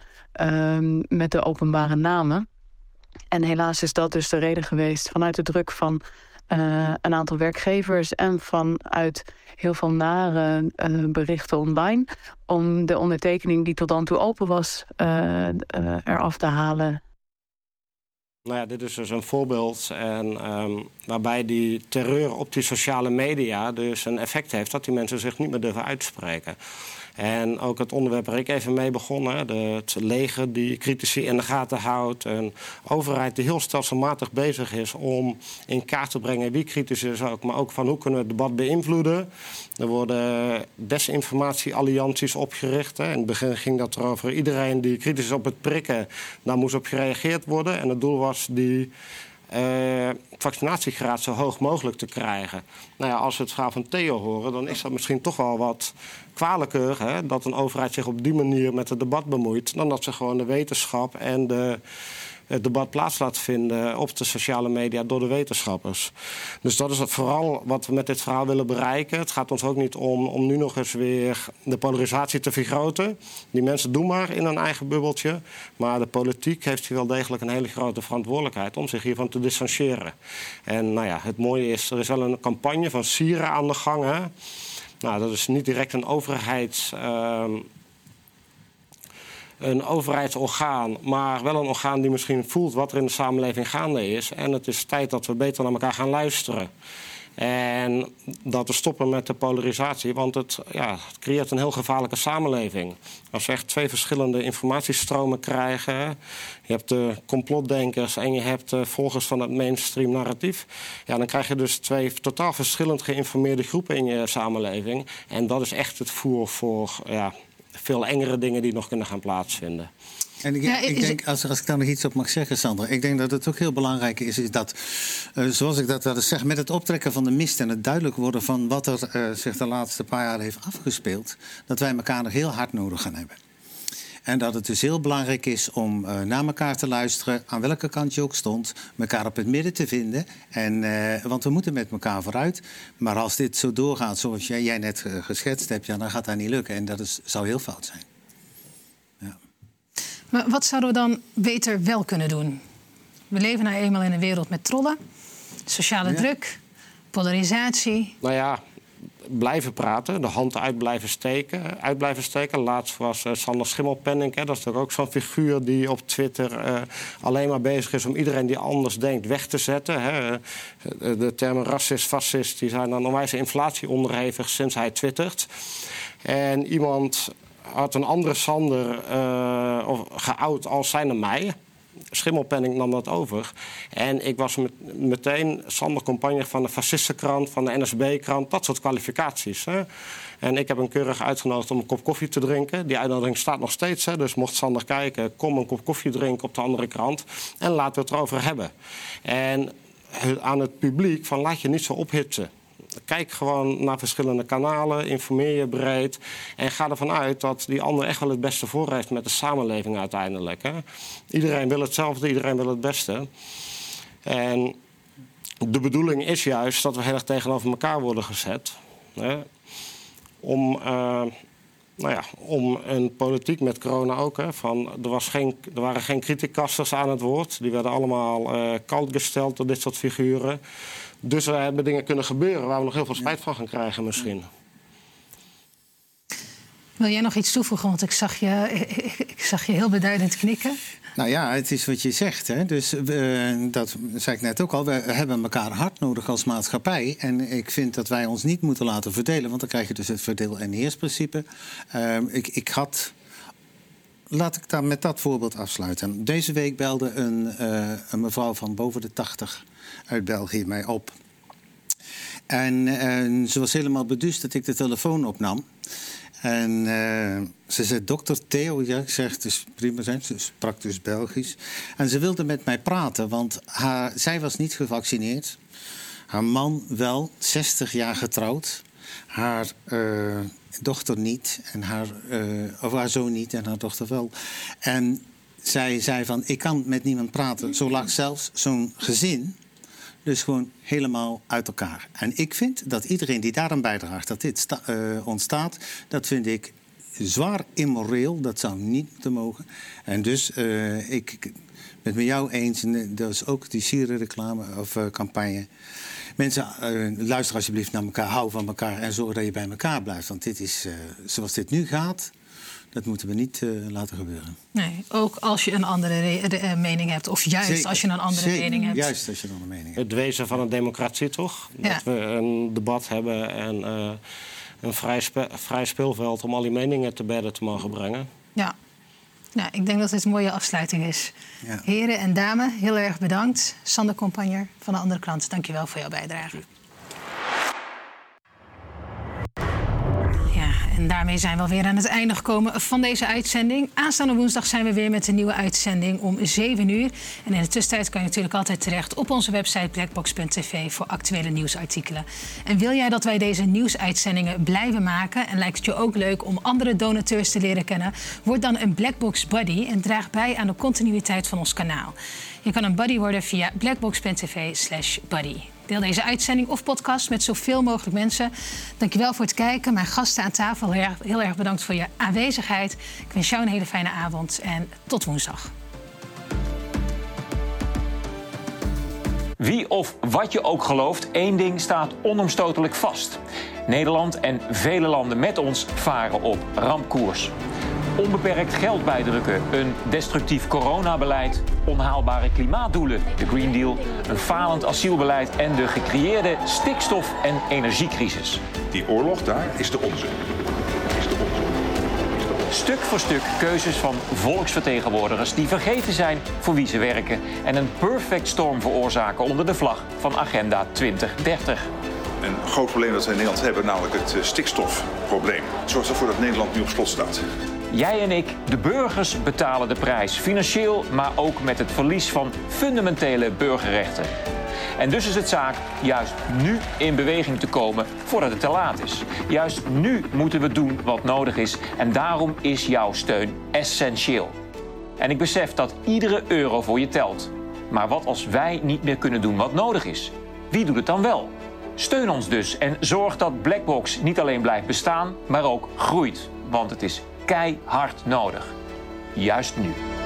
met de openbare namen. En helaas is dat dus de reden geweest vanuit de druk van een aantal werkgevers en vanuit heel veel nare berichten online om de ondertekening die tot dan toe open was eraf te halen. Nou ja, dit is dus een voorbeeld waarbij die terreur op die sociale media dus een effect heeft dat die mensen zich niet meer durven uitspreken. En ook het onderwerp waar ik even mee begon, het leger die critici in de gaten houdt. Een overheid die heel stelselmatig bezig is om in kaart te brengen wie kritisch is ook. Maar ook van hoe kunnen we het debat beïnvloeden. Er worden desinformatieallianties opgericht. In het begin ging dat erover iedereen die kritisch is op het prikken, daar moest op gereageerd worden. En het doel was die vaccinatiegraad zo hoog mogelijk te krijgen. Nou ja, als we het verhaal van Theo horen, dan is dat misschien toch wel wat kwalijker, hè, dat een overheid zich op die manier met het debat bemoeit, dan dat ze gewoon de wetenschap en het debat plaats laat vinden op de sociale media door de wetenschappers. Dus dat is vooral wat we met dit verhaal willen bereiken. Het gaat ons ook niet om nu nog eens weer de polarisatie te vergroten. Die mensen doen maar in hun eigen bubbeltje. Maar de politiek heeft hier wel degelijk een hele grote verantwoordelijkheid om zich hiervan te distancieren. En nou ja, het mooie is, er is wel een campagne van Sieren aan de gang. Hè? Nou, dat is niet direct een overheidsorgaan, maar wel een orgaan die misschien voelt wat er in de samenleving gaande is. En het is tijd dat we beter naar elkaar gaan luisteren. En dat we stoppen met de polarisatie, want het creëert een heel gevaarlijke samenleving. Als we echt 2 verschillende informatiestromen krijgen, je hebt de complotdenkers en je hebt de volgers van het mainstream narratief, dan krijg je dus 2 totaal verschillend geïnformeerde groepen in je samenleving. En dat is echt het voer voor veel engere dingen die nog kunnen gaan plaatsvinden. En ik denk, als ik daar nog iets op mag zeggen, Sandra, ik denk dat het ook heel belangrijk is dat, zoals ik dat wel eens zeg, met het optrekken van de mist en het duidelijk worden van wat er zich de laatste paar jaar heeft afgespeeld, dat wij elkaar nog heel hard nodig gaan hebben. En dat het dus heel belangrijk is om naar elkaar te luisteren, aan welke kant je ook stond, elkaar op het midden te vinden. Want we moeten met elkaar vooruit. Maar als dit zo doorgaat zoals jij net geschetst hebt, dan gaat dat niet lukken. En dat zou heel fout zijn. Ja. Maar wat zouden we dan beter wel kunnen doen? We leven nou eenmaal in een wereld met trollen, sociale druk, polarisatie. Nou ja, blijven praten, de hand uit blijven steken. Laatst was Sander Schimmelpenninck, dat is toch ook zo'n figuur die op Twitter alleen maar bezig is om iedereen die anders denkt weg te zetten. Hè. De termen racist, fascist, die zijn dan onwijs inflatie onderhevig sinds hij twittert. En iemand had een andere Sander geout als zijnde mij. Schimmelpenninck nam dat over. En ik was meteen Sander campagne van de fascistenkrant, van de NSB-krant, dat soort kwalificaties. Hè. En ik heb hem keurig uitgenodigd om een kop koffie te drinken. Die uitnodiging staat nog steeds. Hè. Dus mocht Sander kijken, kom een kop koffie drinken op de andere krant. En laten we het erover hebben. En aan het publiek van laat je niet zo ophitsen. kijk gewoon naar verschillende kanalen, informeer je breed en ga ervan uit dat die ander echt wel het beste voor heeft met de samenleving uiteindelijk. Hè. Iedereen wil hetzelfde, iedereen wil het beste. En de bedoeling is juist dat we heel erg tegenover elkaar worden gezet. Hè, om een politiek met corona ook. Hè, er waren geen criticasters aan het woord. Die werden allemaal kalt gesteld door dit soort figuren. Dus er hebben dingen kunnen gebeuren waar we nog heel veel spijt van gaan krijgen misschien. Wil jij nog iets toevoegen? Want ik zag je heel beduidend knikken. Nou ja, het is wat je zegt. Hè? Dus dat zei ik net ook al. We hebben elkaar hard nodig als maatschappij. En ik vind dat wij ons niet moeten laten verdelen. Want dan krijg je dus het verdeel- en heersprincipe. Laat ik daar met dat voorbeeld afsluiten. Deze week belde een mevrouw van boven de 80 uit België mij op. En ze was helemaal beduusd dat ik de telefoon opnam. En ze zei, dokter Theo, ja, ik zeg, het is prima, ze sprak dus Belgisch. En ze wilde met mij praten, want zij was niet gevaccineerd. Haar man wel, 60 jaar getrouwd. Haar dochter niet, en haar zoon niet en haar dochter wel. En zij zei van, ik kan met niemand praten. Zo lag zelfs zo'n gezin dus gewoon helemaal uit elkaar. En ik vind dat iedereen die daaraan bijdraagt dat dit ontstaat, dat vind ik zwaar immoreel. Dat zou niet moeten mogen. En dus ik ben het met jou eens, en dat is ook die sierenreclame of campagne. Mensen, luister alsjeblieft naar elkaar, hou van elkaar en zorg dat je bij elkaar blijft. Want dit is, zoals dit nu gaat, dat moeten we niet laten gebeuren. Nee, ook als je een andere mening hebt. Of juist Zeker, als je een andere mening hebt. Juist als je een andere mening hebt. Het wezen van een democratie, toch? Ja. Dat we een debat hebben en een vrij speelveld om al die meningen te bedden te mogen brengen. Ja. Nou, ik denk dat dit een mooie afsluiting is. Ja. Heren en dames, heel erg bedankt. Sander Compagner van De Andere Krant, dank je wel voor jouw bijdrage. En daarmee zijn we alweer aan het einde gekomen van deze uitzending. Aanstaande woensdag zijn we weer met een nieuwe uitzending om 7 uur. En in de tussentijd kan je natuurlijk altijd terecht op onze website blackbox.tv voor actuele nieuwsartikelen. En wil jij dat wij deze nieuwsuitzendingen blijven maken en lijkt het je ook leuk om andere donateurs te leren kennen, word dan een Blackbox Buddy en draag bij aan de continuïteit van ons kanaal. Je kan een buddy worden via blackbox.tv/buddy. Deel deze uitzending of podcast met zoveel mogelijk mensen. Dankjewel voor het kijken. Mijn gasten aan tafel, heel erg bedankt voor je aanwezigheid. Ik wens jou een hele fijne avond en tot woensdag. Wie of wat je ook gelooft, één ding staat onomstotelijk vast. Nederland en vele landen met ons varen op rampkoers. Onbeperkt geld bijdrukken, een destructief coronabeleid, onhaalbare klimaatdoelen, de Green Deal, een falend asielbeleid en de gecreëerde stikstof- en energiecrisis. Die oorlog daar is de onze. Stuk voor stuk keuzes van volksvertegenwoordigers die vergeten zijn voor wie ze werken en een perfect storm veroorzaken onder de vlag van Agenda 2030. Een groot probleem dat we in Nederland hebben, namelijk het stikstofprobleem. Het zorgt ervoor dat Nederland nu op slot staat. Jij en ik, de burgers, betalen de prijs. Financieel, maar ook met het verlies van fundamentele burgerrechten. En dus is het zaak juist nu in beweging te komen voordat het te laat is. Juist nu moeten we doen wat nodig is. En daarom is jouw steun essentieel. En ik besef dat iedere euro voor je telt. Maar wat als wij niet meer kunnen doen wat nodig is? Wie doet het dan wel? Steun ons dus en zorg dat Blackbox niet alleen blijft bestaan, maar ook groeit. Want het is keihard nodig. Juist nu.